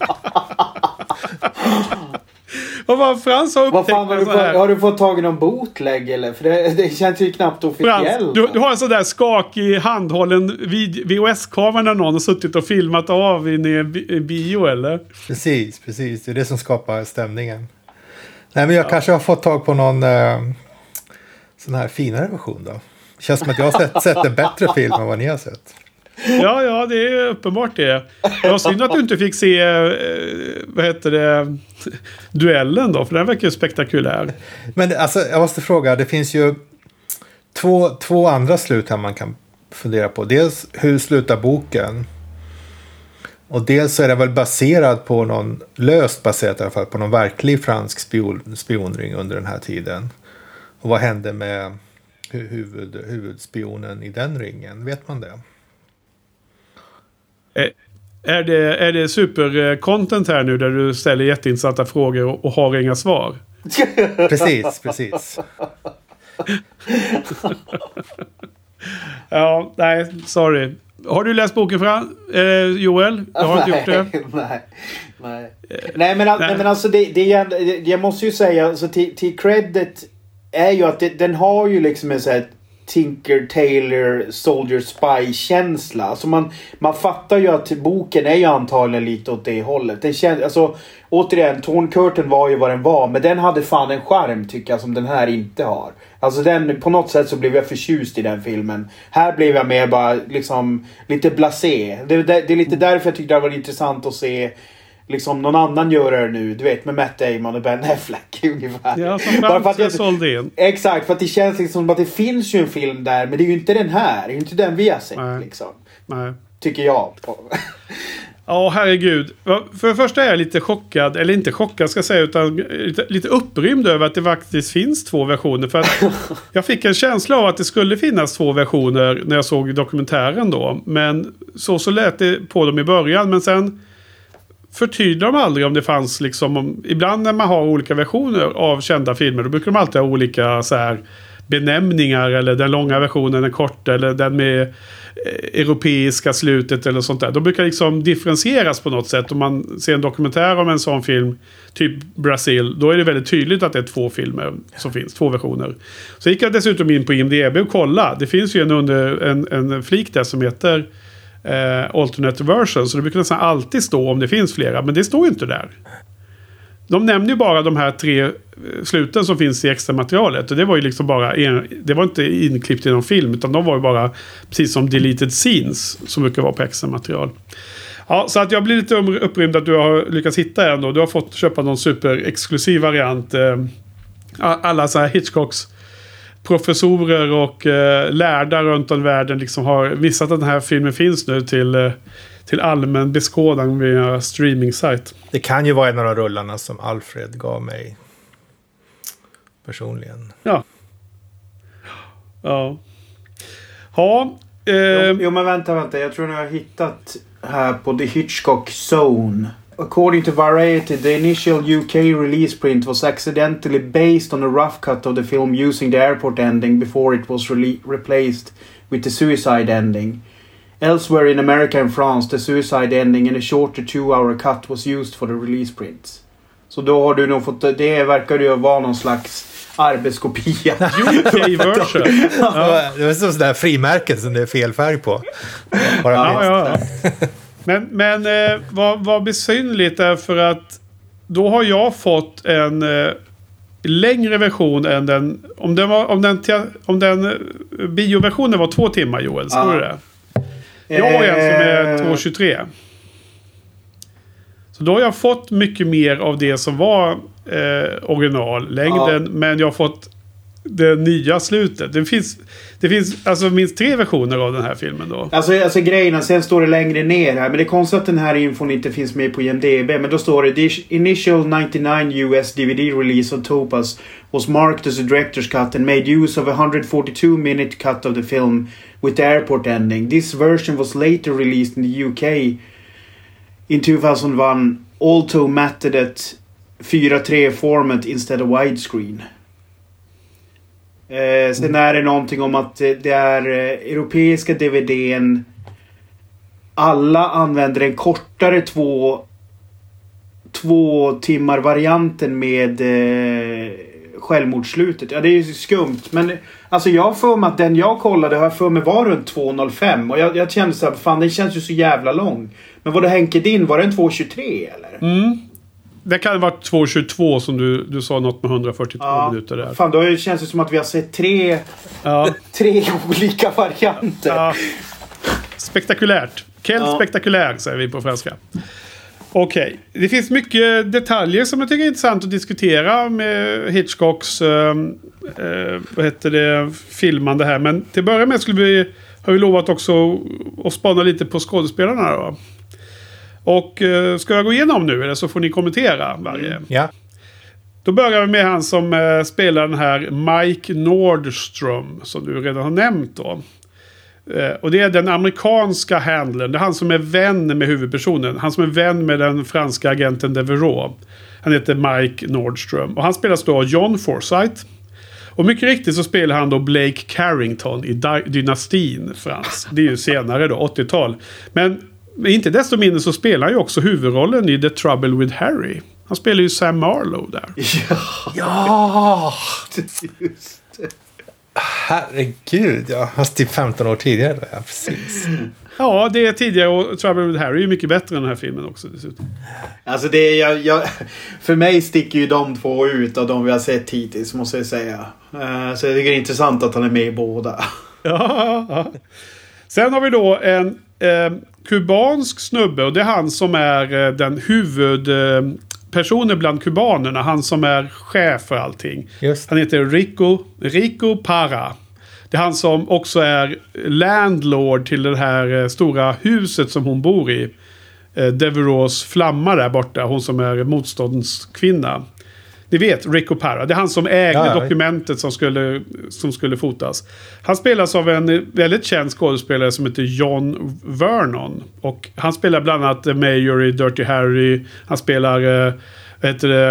Och vad Frans har upptäckt... Vad fan, har, du fått, har du fått tag i någon bootleg eller? För det, det känns ju knappt officiellt. Du, du har en sån där skakig handhållen V H S-kamera när någon har suttit och filmat av i en bio eller? Precis, precis. Det är det som skapar stämningen. Nej men jag ja. kanske har fått tag på någon eh, sån här finare version då. Det känns som att jag har sett, sett en bättre film än vad ni har sett. Ja, ja, det är uppenbart det. Det var synd att du inte fick se eh, vad heter det, duellen då, för den verkar ju spektakulär. Men alltså, jag måste fråga, det finns ju två, två andra slut här man kan fundera på. Dels hur slutar boken? Och dels så är det väl baserad på någon, löst baserat i alla fall, på någon verklig fransk spion, spionring under den här tiden. Och vad hände med huvud, huvudspionen i den ringen? Vet man det? Är det, är det super-content här nu där du ställer jätteintressanta frågor och, och har inga svar? Precis, precis. Ja, nej, sorry. Har du läst boken från eh, Joel? Jag har inte gjort det. Nej, nej. Nej, men, all, nej. men alltså det, det jag, jag måste ju säga, alltså, till, till credit är ju att det, den har ju liksom en sån här Tinker Tailor Soldier Spy känsla. Alltså man, man fattar ju att boken är ju antagligen lite åt det hållet. Det känns, alltså, återigen, Torn Curtain var ju vad den var, men den hade fan en charm tycker jag som den här inte har. Alltså den, på något sätt så blev jag förtjust i den filmen. Här blev jag mer bara liksom lite blasé. Det, det, det är lite därför jag tyckte det var intressant att se liksom någon annan gör det nu, du vet, med Matt Damon och Ben Affleck ungefär. Ja, som bara för att jag sålde in. Exakt, för att det känns liksom som att det finns ju en film där, men det är ju inte den här, det är inte den vi har sett. Nej. Liksom. Nej. Tycker jag. Ja, herregud. För det första är jag lite chockad, eller inte chockad ska jag säga, utan lite, lite upprymd över att det faktiskt finns två versioner. För att jag fick en känsla av att det skulle finnas två versioner när jag såg dokumentären då. Men så, så lät det på dem i början, men sen förtydligar de aldrig om det fanns liksom, om, ibland när man har olika versioner av kända filmer, då brukar de alltid ha olika så här benämningar, eller den långa versionen, den korta, eller den med eh, europeiska slutet eller sånt där. De brukar liksom differentieras på något sätt. Om man ser en dokumentär om en sån film, typ Brasil, då är det väldigt tydligt att det är två filmer som finns, två versioner. Så gick jag dessutom in på I M D B och kolla. Det finns ju en, under, en, en flik där som heter eh, alternate version, så det brukar nästan alltid stå om det finns flera, men det står ju inte där. De nämner ju bara de här tre sluten som finns i extra materialet. Och det var ju liksom bara en, det var inte inklippt i någon film, utan de var ju bara precis som deleted scenes som brukar vara på extra material. Ja, så att jag blir lite upprymd att du har lyckats hitta en då. Du har fått köpa någon superexklusiv variant. Alla så här Hitchcocks professorer och eh, lärda runt om världen liksom har visat att den här filmen finns nu till, eh, till allmän beskådan via streaming-sajt. Det kan ju vara en av de rullarna som Alfred gav mig personligen. Ja. Ja. Ja. Eh, jo, jo, men vänta, vänta. Jag tror ni har hittat här på The Hitchcock Zone. According to Variety, the initial U K release print was accidentally based on a rough cut of the film using the airport ending before it was re- replaced with the suicide ending. Elsewhere in America and France, the suicide ending in a shorter two-hour cut was used for the release prints. Så då har du nog fått... Det verkar ju vara någon slags arbetskopia. U K-version. Ja. Det var sådär frimärken som det är fel färg på. Bara ja, ja, ja. Men, men eh, vad, vad besynligt är för att då har jag fått en eh, längre version än den... Om den, var, om den, om den eh, bioversionen var två timmar, Joel, står det? Jag har en som är två tjugotre. Så då har jag fått mycket mer av det som var eh, originallängden. Ja. Men jag har fått det nya slutet. Det finns, det finns alltså minst tre versioner av den här filmen då. Alltså, alltså grejerna, sen står det längre ner här. Men det är konstigt att den här infon inte finns med på I M D B. Men då står det: The initial ninety-nine U S D V D release of Topaz was marked as a director's cut and made use of a one forty-two minute cut of the film with the airport ending. This version was later released in the U K in two thousand one, also matted at four tre format instead of widescreen. Eh, sen är det någonting om att det är eh, europeiska D V D:n. Alla använder en kortare två två timmar varianten med eh, självmordsslutet. Ja, det är ju skumt. Men alltså jag får mig att den jag kollade har för mig var runt två noll fem. Och jag, jag kände så här, fan den känns ju så jävla lång. Men var det Henke din? Var det en två tjugotre eller? Mm. Det kan vara två tjugotvå som du, du sa något med one fyrtiotvå ja, minuter där. Fan, då känns det som att vi har sett tre, ja. tre olika varianter. Ja. Spektakulärt. Kell ja. Spektakulär säger vi på franska. Okej. Okay. Det finns mycket detaljer som jag tycker är intressant att diskutera med Hitchcocks eh, eh, vad heter det, filmande här. Men till börja med skulle vi, har vi lovat också att spana lite på skådespelarna då. Och uh, ska jag gå igenom nu eller så får ni kommentera varje. Mm. Ja. Då börjar vi med han som uh, spelar den här Mike Nordstrom som du redan har nämnt då. Uh, och det är den amerikanska handlern. Det är han som är vän med huvudpersonen. Han som är vän med den franska agenten Devereaux. Han heter Mike Nordstrom. Och han spelas då av John Forsythe. Och mycket riktigt så spelar han då Blake Carrington i Dy- Dynastin Frans. Det är ju senare då, åttiotal. Men Men inte desto mindre så spelar han ju också huvudrollen i The Trouble with Harry. Han spelar ju Sam Marlowe där. Ja! Ja! Just det. Herregud, ja. Fast typ femton år tidigare. Ja, precis. Ja, det är tidigare och Trouble with Harry är ju mycket bättre än den här filmen också dessutom. Alltså det är, jag, jag, för mig sticker ju de två ut av de vi har sett hittills måste jag säga. Uh, så jag tycker det är intressant att han är med i båda. Ja, ja. Sen har vi då en eh, kubansk snubbe och det är han som är eh, den huvudpersonen eh, bland kubanerna. Han som är chef för allting. Just. Han heter Rico, Rico Parra. Det är han som också är landlord till det här eh, stora huset som hon bor i. Eh, Devereaux flamma där borta. Hon som är motståndskvinna. Ni vet, Rico Parra. Det är han som ägde ja, dokumentet som skulle, som skulle fotas. Han spelas av en väldigt känd skådespelare som heter John Vernon. Och han spelar bland annat Mayor i Dirty Harry. Han spelar... Eh, heter det,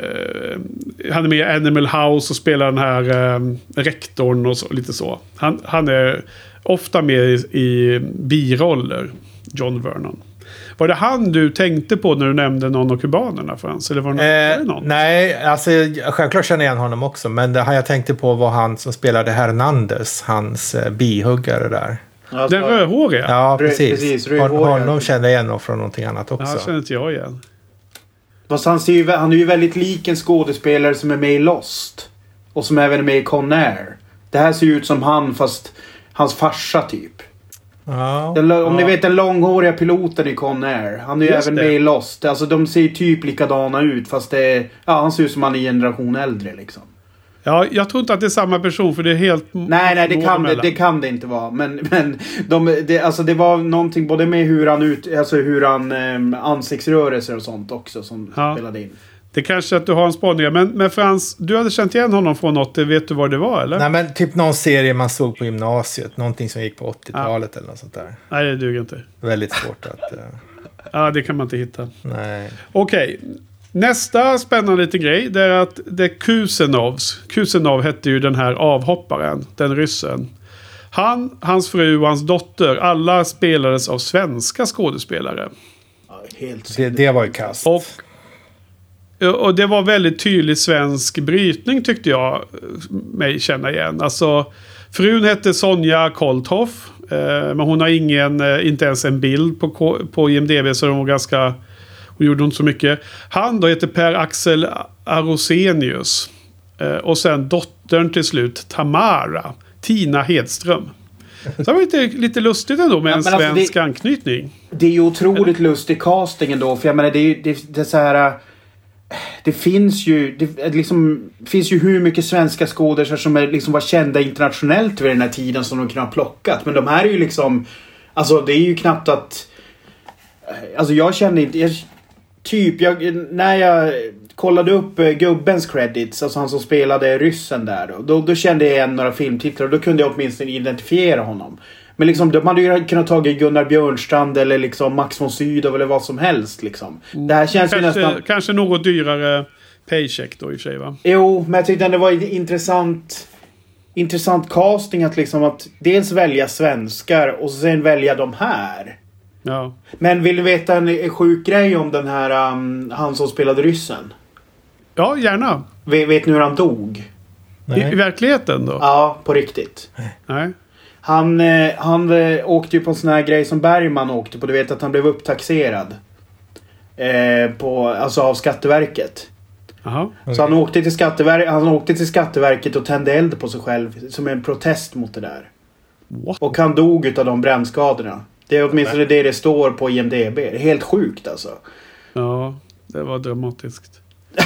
eh, han är med i Animal House och spelar den här eh, rektorn och så, lite så. Han, han är ofta med i, i biroller, John Vernon. Var det han du tänkte på när du nämnde någon av kubanerna, Frans? Eller var det någon, eh, någon? Nej, alltså självklart känner jag igen honom också. Men det han jag tänkte på var han som spelade Hernandez, hans eh, bihuggare där. Alltså, den rödhåriga? Ja, precis. precis rödhåriga. Honom känner jag igen från någonting annat också. Ja, känner inte jag igen. Fast han, ser ju, han är ju väldigt lik en skådespelare som är med i Lost. Och som även är med i Con Air. Det här ser ju ut som han, fast hans farsa typ. Ja, den, om ja. ni vet den långhåriga piloten i Con Air. Han är ju även det. med i Lost. Alltså de ser typ likadana ut. Fast det är, ja, han ser ut som han är en generation äldre liksom. Ja, jag tror inte att det är samma person för det är helt... Nej, nej, det kan det, det kan det inte vara. Men, men de, det, alltså, det var någonting både med hur han, ut, alltså hur han eh, ansiktsrörelser och sånt också som ja. spelade in. Det kanske att du har en spaning. Men, men Frans, du hade känt igen honom från något. Vet du vad det var, eller? Nej, men typ någon serie man såg på gymnasiet. Någonting som gick på åttiotalet ja. eller något sånt där. Nej, det duger inte. Väldigt svårt att... Uh... Ja, det kan man inte hitta. Nej. Okej. Okay. Nästa spännande liten grej. Det är att det är Kusenovs. Kusenov hette ju den här avhopparen. Den ryssen. Han, hans fru och hans dotter. Alla spelades av svenska skådespelare. Ja, helt det, det var ju kast. Och... Och det var väldigt tydlig svensk brytning tyckte jag mig känna igen. Alltså, frun hette Sonja Kolthoff. Eh, men hon har ingen, eh, inte ens en bild på, på I M D B så de var ganska... Hon gjorde inte så mycket. Han då heter Per-Axel Arosenius. Eh, och sen dottern till slut Tamara. Tina Hedström. Så det var lite, lite lustigt ändå med ja, en svensk alltså det, anknytning. Det är ju otroligt Eller? lustig casting ändå. För jag menar det är ju det, det är så här... Det finns ju det liksom, finns ju hur mycket svenska skådespelare som är, liksom var kända internationellt vid den här tiden som de kunde ha plockat. Men de här är ju liksom... Alltså det är ju knappt att... Alltså jag kände inte... Jag, typ, jag, när jag kollade upp gubbens credits, alltså han som spelade ryssen där. Då, då, då kände jag igen några filmtitlar och då kunde jag åtminstone identifiera honom. Men liksom, de hade ju kunnat ta Gunnar Björnstrand eller liksom Max von Sydow eller vad som helst liksom. Det här känns kanske, ju nästan... Kanske något dyrare paycheck då i och för sig, va? Jo, men jag tyckte det var intressant intressant casting att liksom att dels välja svenskar och sen välja de här. Ja. Men vill du veta en sjuk grej om den här um, han som spelade ryssen? Ja, gärna. Vet, vet ni hur han dog? I, I verkligheten då? Ja, på riktigt. Nej. Han, eh, han eh, åkte ju på en sån här grej som Bergman åkte på. Du vet att han blev upptaxerad. Eh, på, alltså av Skatteverket. Aha, okay. Så han åkte, till Skattever- han åkte till Skatteverket och tände eld på sig själv. Som en protest mot det där. What? Och han dog utav de brännskadorna. Det är åtminstone det det står på I M D B. Det är helt sjukt alltså. Ja, det var dramatiskt.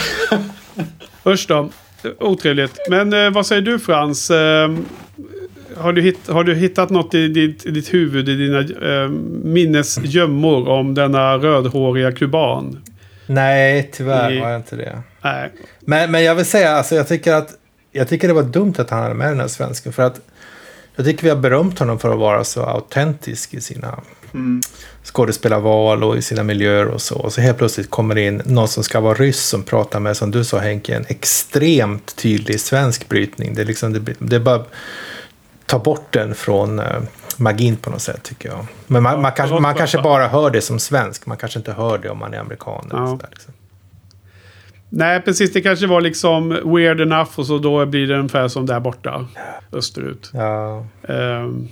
Först då. Otrevligt. Men eh, vad säger du Frans? Eh, har, du hitt, har du hittat något i ditt, i ditt huvud, i dina eh, minnesgömmor om denna rödhåriga kuban? Nej, tyvärr I, har jag inte det. Nej. Men, men jag vill säga, alltså, jag tycker att jag tycker det var dumt att han hade med den här svensken. För att jag tycker vi har berömt honom för att vara så autentisk i sina mm. skådespelarval och i sina miljöer och så. Och så helt plötsligt kommer det in någon som ska vara ryss som pratar med, som du sa Henke, en extremt tydlig svensk brytning. Det är liksom, det, det är bara ta bort den från uh, magin på något sätt tycker jag. Men man, ja, man, kanske, man kanske bara hör det som svensk. Man kanske inte hör det om man är amerikan. Ja. Eller så där, liksom. Nej, precis. Det kanske var liksom weird enough och så då blir det ungefär som där borta. Österut. Ja. Um,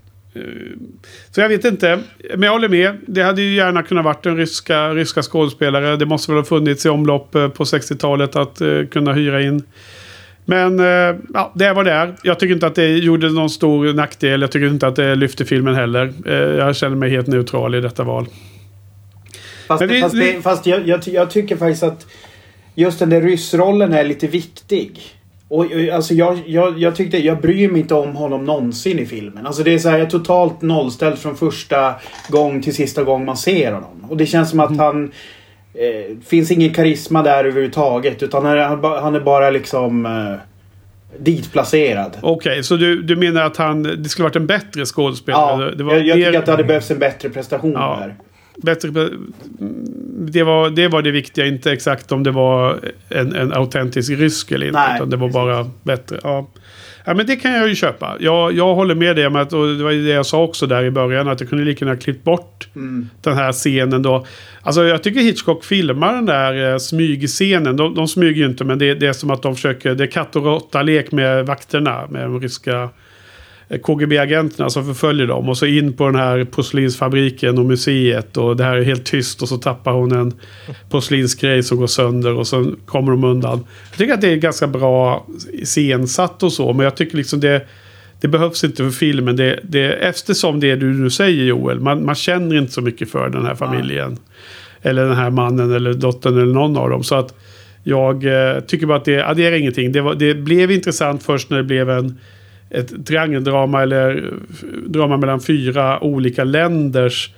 så jag vet inte. Men jag håller med. Det hade ju gärna kunnat varit en ryska, ryska skådespelare. Det måste väl ha funnits i omlopp på sextiotalet att uh, kunna hyra in. Men uh, ja, det var där. Jag tycker inte att det gjorde någon stor nackdel. Jag tycker inte att det lyfte filmen heller. Uh, jag känner mig helt neutral i detta val. Fast, vi, fast, vi, det, fast jag, jag, jag tycker faktiskt att just den där ryssrollen är lite viktig. Och alltså jag, jag, jag tyckte, jag bryr mig inte om honom någonsin i filmen. Alltså det är så här, jag är totalt nollställd från första gång till sista gång man ser honom. Och det känns som att mm. han eh, finns ingen karisma där överhuvudtaget. Utan han, han är bara liksom eh, ditplacerad. Okej, okay, så du, du menar att han, det skulle varit en bättre skådespelare? Ja, det var jag, jag mer... tycker att det hade behövts en bättre prestation ja. där. Bättre, det, var, det var det viktiga, inte exakt om det var en, en autentisk rysk eller inte. Nej, utan det var bara bättre. Ja. Ja, men det kan jag ju köpa. Jag, jag håller med dig med att, och det var det jag sa också där i början, att jag kunde lika gärna klippt bort mm. den här scenen då. Alltså jag tycker Hitchcock filmar den där eh, smygscenen. De, de smyger ju inte, men det, det är som att de försöker, det är katt och råtta-lek med vakterna, med de ryska K G B-agenterna som förföljer dem. Och så in på den här porslinsfabriken och museet. Och det här är helt tyst. Och så tappar hon en porslinsgrej som går sönder. Och så kommer de undan. Jag tycker att det är ganska bra scensatt och så. Men jag tycker liksom det, det behövs inte för filmen. Det, det, eftersom det du nu säger Joel. Man, man känner inte så mycket för den här familjen. Ja. Eller den här mannen eller dottern eller någon av dem. Så att Jag eh, tycker bara att det adderar ingenting. Det, var, det blev intressant först när det blev en, ett triangeldrama eller drama mellan fyra olika länders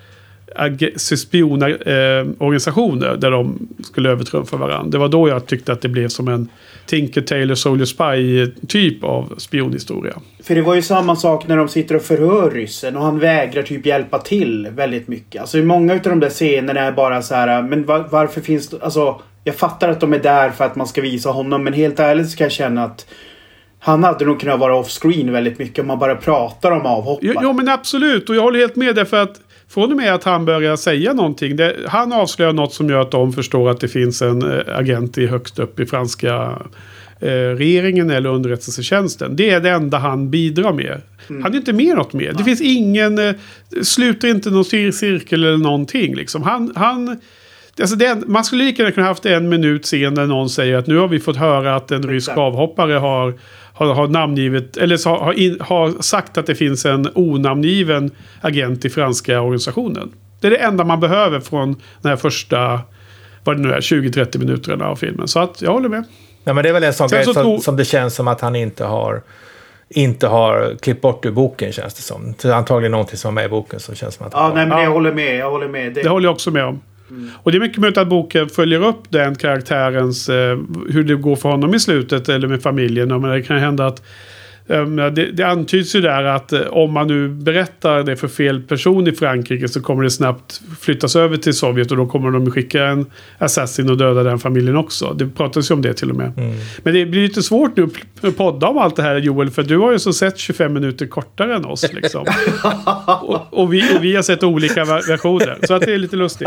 spionorganisationer eh, där de skulle övertrumfa varandra. Det var då jag tyckte att det blev som en Tinker Tailor Soldier Spy typ av spionhistoria. För det var ju samma sak när de sitter och förhör ryssen och han vägrar typ hjälpa till väldigt mycket. Alltså många av de där scenerna är bara så här, men var, varför finns det, alltså jag fattar att de är där för att man ska visa honom, men helt ärligt så kan jag känna att han hade nog kunnat vara off-screen väldigt mycket om man bara pratar om avhoppar. Jo, jo men absolut, och jag håller helt med där, för att från och med att han börjar säga någonting, det, han avslöjar något som gör att de förstår att det finns en äh, agent i högst upp i franska äh, regeringen eller underrättelsetjänsten. Det är det enda han bidrar med. Mm. Han är inte med något mer. Det Nej. finns ingen, äh, sluter inte någon cirkel eller någonting liksom. Han, han alltså det, man skulle lika gärna kunna haft en minut sen när någon säger att nu har vi fått höra att en rysk avhoppare har Har, har namngivit, eller har, in, har sagt att det finns en onamngiven agent i franska organisationen. Det är det enda man behöver från den här första, vad det nu är, tjugo till trettio minuterna av filmen. Så att jag håller med. Ja, men det är väl en sån grej så som, tro- som det känns som att han inte har inte har klippt bort ur boken, känns det som. Det är antagligen någonting som är med i boken som känns som att ja, nej, men jag håller med, jag håller med. Det, det håller jag också med om. Mm. Och det är mycket möjligt att boken följer upp den karaktärens eh, hur det går för honom i slutet eller med familjen. Men det kan hända att um, det, det antyds ju där att eh, om man nu berättar det för fel person i Frankrike så kommer det snabbt flyttas över till Sovjet och då kommer de skicka en assassin och döda den familjen också. Det pratas ju om det till och med. Mm. Men det blir lite svårt nu att podda om allt det här, Joel, för du har ju så sett tjugofem minuter kortare än oss liksom. och, och, vi, och vi har sett olika versioner. Så att det är lite lustigt.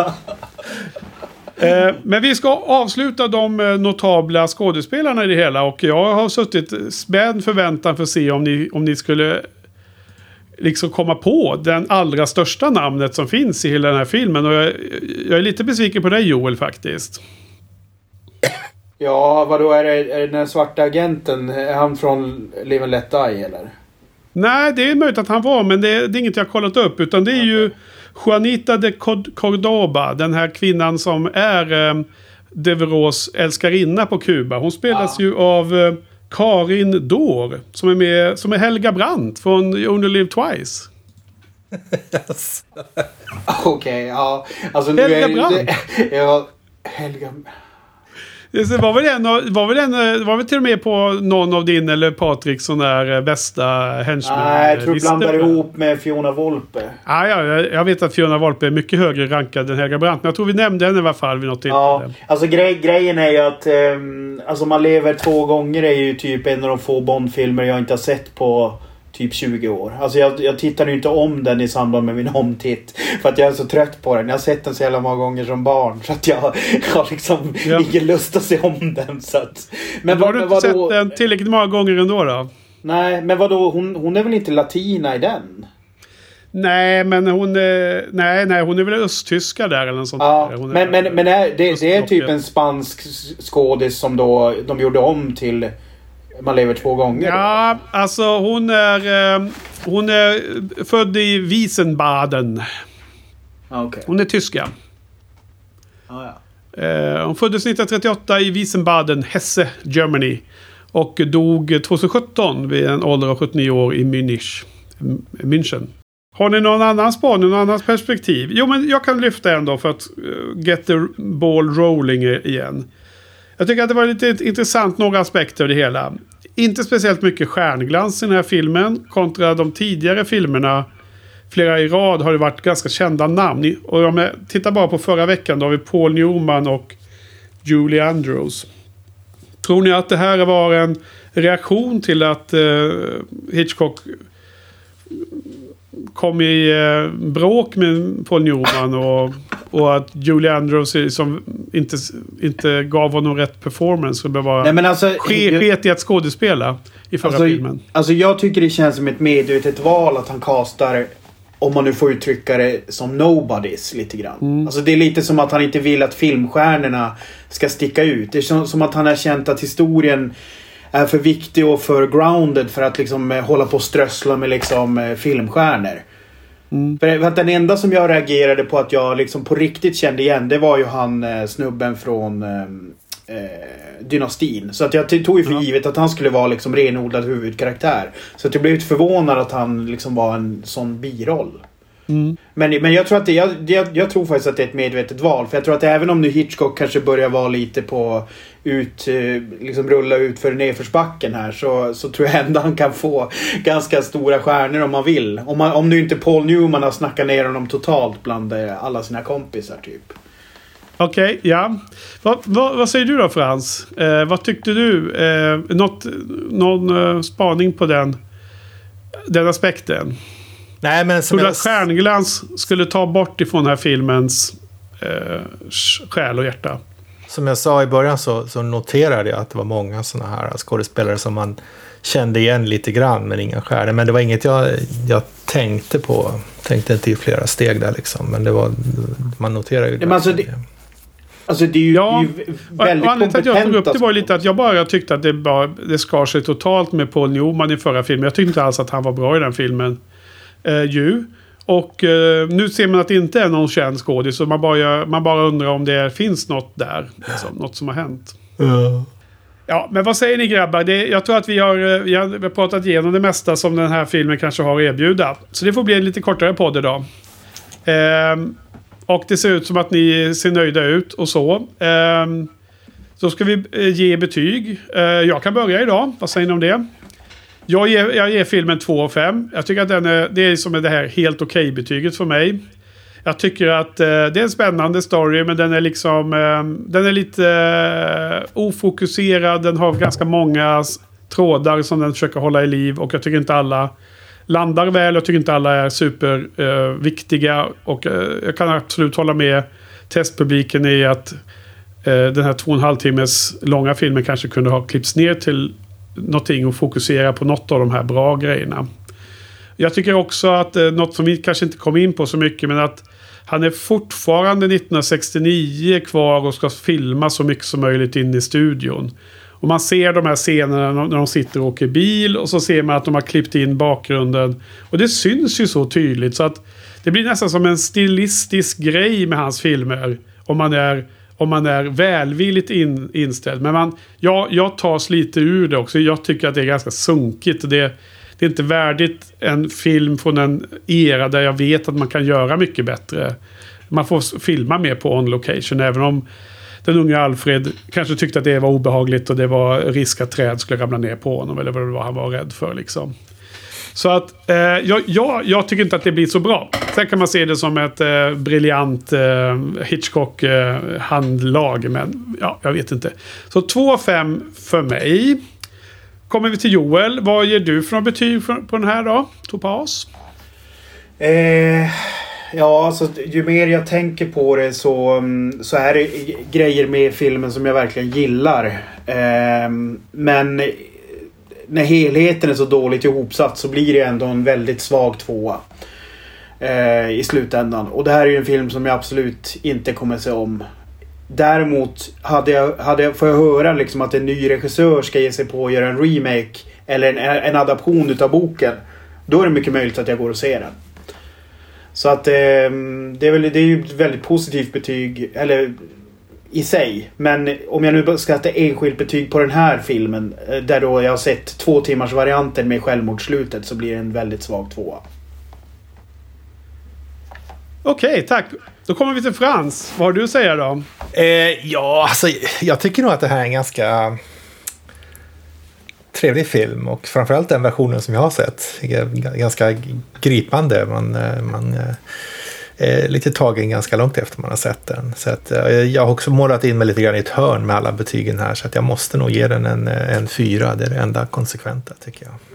Eh, men vi ska avsluta de eh, notabla skådespelarna i det hela, och jag har suttit spänd förväntan för att se om ni, om ni skulle liksom komma på den allra största namnet som finns i hela den här filmen, och jag, jag är lite besviken på dig, Joel, faktiskt. Ja, vadå, är det, är det den svarta agenten, är han från Live and Let Die eller? Nej, det är möjligt att han var, men det, det är inget jag har kollat upp, utan det är ju Juanita de Cordoba, den här kvinnan som är eh, Devereaux älskarinna på Kuba. Hon spelas ja. ju av eh, Karin Dår, som är med, som är Helga Brandt från You Only Live Twice. Yes. Okej, okay, ja. Alltså, nu Helga är Brandt. Det, ja, Helga... Det var väl, en, var, väl en, var väl till och med på någon av din eller Patriks sån där bästa henchmen. Nej, jag tror du blandar ihop med Fiona Volpe. Ah, ja, jag, jag vet att Fiona Volpe är mycket högre rankad än Helga Brandt. Men jag tror vi nämnde henne i alla fall vid något tillfälle. Ja, alltså grej, grejen är ju att um, alltså Man lever två gånger är ju typ en av de få Bond-filmer jag inte har sett på typ tjugo år. Alltså jag, jag tittar ju inte om den i samband med min omtitt. För att jag är så trött på den. Jag har sett den så jävla många gånger som barn. Så att jag har liksom ja. ingen lust att se om den. Så att, men har du inte sett den tillräckligt många gånger ändå då? Nej, men vadå? Hon, hon är väl inte latina i den? Nej, men hon är, nej, nej, hon är väl östtyska där eller något sånt. Ja, där. Hon men, är, men, men är, det, det är typ en spansk skådis som då de gjorde om till Man lever två gånger. Ja, då. Alltså hon är eh, hon är född i Wiesbaden. Okay. Hon är tyska. Ah, ja. eh, hon föddes nittonhundratrettioåtta i Wiesbaden, Hesse, Germany. Och dog tjugohundrasjutton vid en ålder av sjuttionio år i Munich, München. Har ni någon annan spaning, någon annans perspektiv? Jo, men jag kan lyfta en då för att uh, get the ball rolling igen. Jag tycker att det var lite intressant, några aspekter av det hela. Inte speciellt mycket stjärnglans i den här filmen kontra de tidigare filmerna. Flera i rad har det varit ganska kända namn. Och om jag tittar bara på förra veckan, då har vi Paul Newman och Julie Andrews. Tror ni att det här var en reaktion till att uh, Hitchcock kom i uh, bråk med Paul Newman och, och att Julie Andrews som inte, inte gav honom rätt performance och bara Nej, men alltså, sket i att skådespela i förra alltså, filmen? Alltså jag tycker det känns som ett medvetet val att han castar, om man nu får uttrycka det, som nobodies lite grann. Mm. Alltså det är lite som att han inte vill att filmstjärnorna ska sticka ut. Det är som, som att han har känt att historien är för viktig och för grounded för att liksom eh, hålla på och strössla med liksom eh, filmstjärnor. Mm. För, för att den enda som jag reagerade på att jag liksom på riktigt kände igen, det var ju han eh, snubben från eh, eh, dynastin. Så att jag t- tog ju för Ja. givet att han skulle vara liksom renodlad huvudkaraktär. Så att jag blev lite förvånad att han liksom var en sån biroll. Mm. Men, men jag tror att det, jag, jag, jag tror faktiskt att det är ett medvetet val. För jag tror att även om nu Hitchcock kanske börjar vara lite på ut, liksom rulla ut för nedförsbacken här, så, så tror jag ändå han kan få ganska stora stjärnor om man vill. Om, man, om nu inte Paul Newman har snackat ner honom totalt bland alla sina kompisar typ. Okej, okay, ja. Va, va, vad säger du då, Frans? Eh, vad tyckte du? Eh, något, någon eh, spaning på den, den aspekten? Nej, men som Tror du jag... att stjärnglans skulle ta bort ifrån den här filmens eh, själ och hjärta? Som jag sa i början så, så noterade jag att det var många såna här skådespelare som man kände igen lite grann, men inga stjärnor. Men det var inget jag, jag tänkte på. Tänkte inte i flera steg där liksom. Men det var, man noterar ju det. Men alltså det, alltså det är ju, ja, det är ju väldigt anledningen till att jag tog upp det var kompetenta lite att jag bara tyckte att det, bara, det skar sig totalt med Paul Newman i förra filmen. Jag tyckte inte alls att han var bra i den filmen. Eh, ju. Och eh, nu ser man att det inte är någon känd skådis. Så man bara, man bara undrar om det finns något där. Liksom, något som har hänt. Uh. Ja, men vad säger ni grabbar? Det, jag tror att vi har, vi, har, vi har pratat igenom det mesta som den här filmen kanske har att erbjuda. Så det får bli en lite kortare podd idag. Ehm, och det ser ut som att ni ser nöjda ut och så. Ehm, så ska vi ge betyg. Ehm, jag kan börja idag. Vad säger ni om det? Jag ger, jag ger filmen två av fem. Jag tycker att den är, det är som det här helt okej betyget för mig. Jag tycker att eh, det är en spännande story, men den är liksom eh, den är lite eh, ofokuserad. Den har ganska många trådar som den försöker hålla i liv, och jag tycker inte alla landar väl. Jag tycker inte alla är superviktiga eh, och eh, jag kan absolut hålla med testpubliken i att eh, den här två och en halv timmes långa filmen kanske kunde ha klippts ner till någonting och fokusera på något av de här bra grejerna. Jag tycker också att eh, något som vi kanske inte kom in på så mycket, men att han är fortfarande nittonhundrasextionio kvar och ska filma så mycket som möjligt in i studion. Och man ser de här scenerna när de sitter och åker bil, och så ser man att de har klippt in bakgrunden. Och det syns ju så tydligt så att det blir nästan som en stilistisk grej med hans filmer om man är, om man är välvilligt in, inställd. Men man, ja, jag tas lite ur det också. Jag tycker att det är ganska sunkigt. Det, det är inte värdigt en film från en era där jag vet att man kan göra mycket bättre. Man får filma mer på on location, även om den unga Alfred kanske tyckte att det var obehagligt och det var risk att träd skulle ramla ner på honom, eller vad det var han var rädd för liksom. Så att eh, jag, jag, jag tycker inte att det blir så bra. Sen kan man se det som ett eh, briljant eh, Hitchcock eh, handlag, men ja, jag vet inte. Så två av fem för mig. Kommer vi till Joel. Vad ger du för betyg på den här då? Topaz? Eh, ja, alltså ju mer jag tänker på det så, så är det grejer med filmen som jag verkligen gillar. Eh, men när helheten är så dåligt ihopsatt så blir det ändå en väldigt svag tvåa eh, i slutändan. Och det här är ju en film som jag absolut inte kommer se om. Däremot hade jag, hade jag, får jag höra liksom att en ny regissör ska ge sig på att göra en remake eller en, en adaption utav boken, då är det mycket möjligt att jag går och ser den. Så att eh, det är väl, det är ju ett väldigt positivt betyg eller i sig. Men om jag nu ska sätta enskilt betyg på den här filmen, där då jag har sett två timmars varianten med självmordsslutet, så blir det en väldigt svag tvåa. Okej, okay, tack. Då kommer vi till Frans. Vad har du att säga då? Eh, ja, alltså jag tycker nog att det här är en ganska trevlig film, och framförallt den versionen som jag har sett är ganska gripande. Man, man är lite tagen ganska långt efter man har sett den. Så att, jag har också målat in mig lite grann i ett hörn med alla betygen här, så att jag måste nog ge den en, en fyra. Det är det enda konsekventa, tycker jag.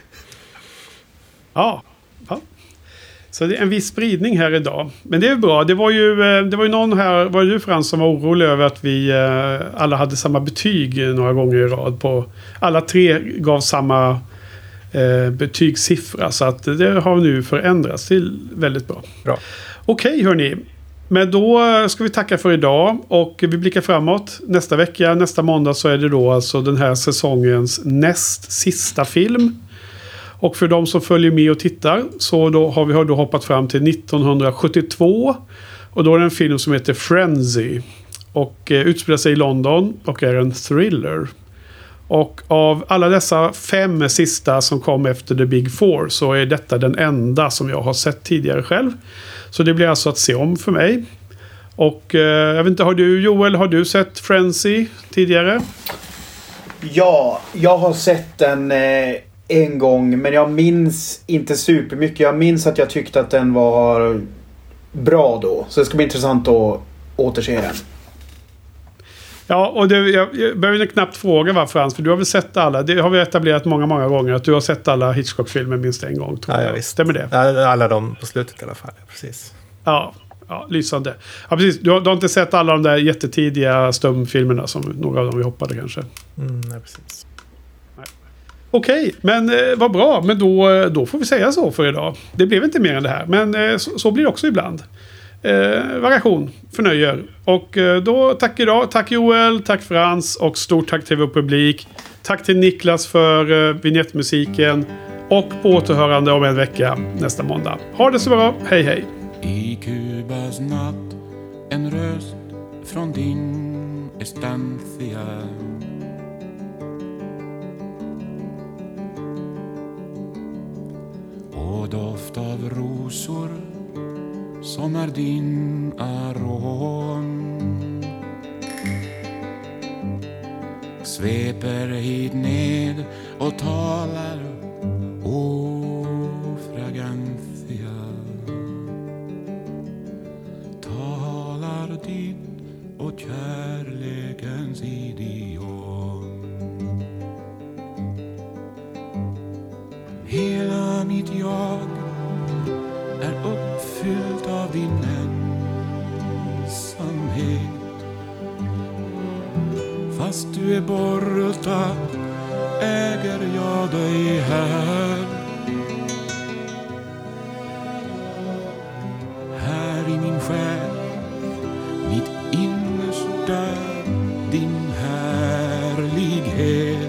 Ja, ja. Så det är en viss spridning här idag. Men det är bra. Det var ju, det var ju någon här, var det du Frans, som var orolig över att vi alla hade samma betyg några gånger i rad på. Alla tre gav samma eh, betygssiffra. Så att det har nu förändrats till väldigt bra. Bra. Okej hörni. Men då ska vi tacka för idag och vi blickar framåt. Nästa vecka, nästa måndag, så är det då alltså den här säsongens näst sista film. Och för de som följer med och tittar, så då har vi då hoppat fram till nittonhundrasjuttiotvå. Och då är det en film som heter Frenzy. och eh, utspelar sig i London och är en thriller. Och av alla dessa fem sista som kom efter The Big Four så är detta den enda som jag har sett tidigare själv. Så det blir alltså att se om för mig. Och eh, jag vet inte, har du Joel, har du sett Frenzy tidigare? Ja, jag har sett den eh, en gång, men jag minns inte supermycket. Jag minns att jag tyckte att den var bra då. Så det ska bli intressant att återse den. Ja, och det, jag, jag behöver knappt fråga varför, Frans, för du har väl sett alla. Det har vi etablerat många, många gånger. Att du har sett alla Hitchcock-filmer minst en gång, tror ja, jag. jag visst. Stämmer det? Alla de på slutet i alla fall, precis. Ja, ja, lysande. Ja, precis. Du har, du har inte sett alla de där jättetidiga stumfilmerna som några av dem vi hoppade kanske? Mm, nej, precis. Okej, okay, men eh, vad bra. Men då, då får vi säga så för idag. Det blev inte mer än det här, men eh, så, så blir det också ibland. Eh, variation förnöjer. Och eh, då tack idag. Tack Joel, tack Frans och stort tack till vår publik. Tack till Niklas för eh, vignettmusiken. Och på återhörande om en vecka nästa måndag. Ha det så bra. Hej hej. I Kubas natt en röst från din estancia. Och doft av rosor som är din arom sveper hit ned och talar, o fragancia, talar ditt och kärlekens idiom. Hela mitt jag är uppfyllt av din ensamhet. Fast du är borta äger jag dig här. Här i min själ, mitt innersta, din härlighet.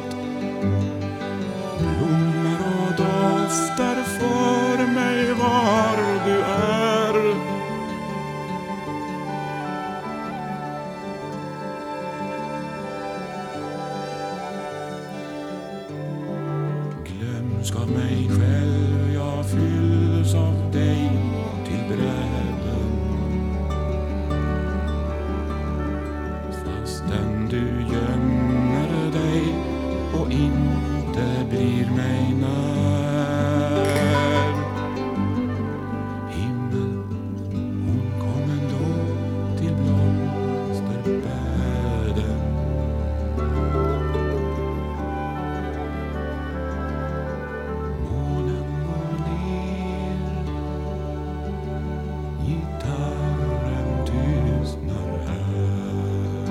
Blommor och doftar för mig var du är. Glömsk av mig själv, jag fylls av dig till bräden. Fastän du gömmer dig och inte blir mig när. Himmel, hon kom ändå till blomsterbäden. Månen går ner, gitarren tystnar här.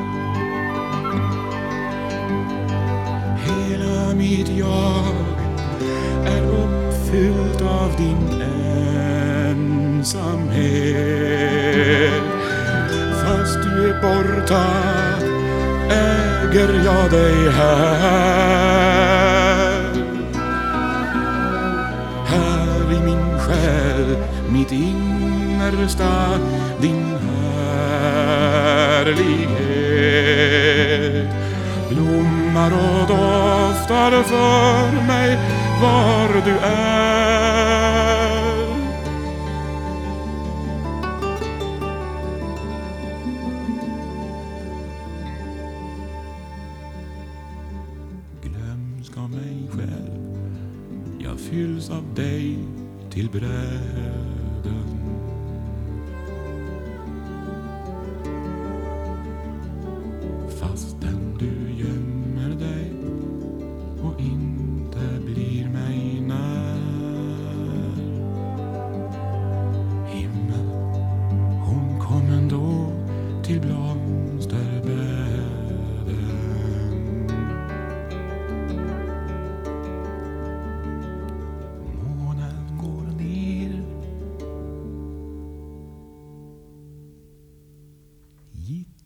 Hela mitt jag är uppfyllt av din ensamhet. Fast du är borta äger jag dig här. Här i min själ, mitt innersta, din härlighet. Blommar och doftar för mig var du är. Glömsk av mig själv, jag fylls av dig till bräden. Fastän du gömmer dig och inte blir mig när. Himmel, hon kom ändå till blomsterbäden. Månen går ner, gitarren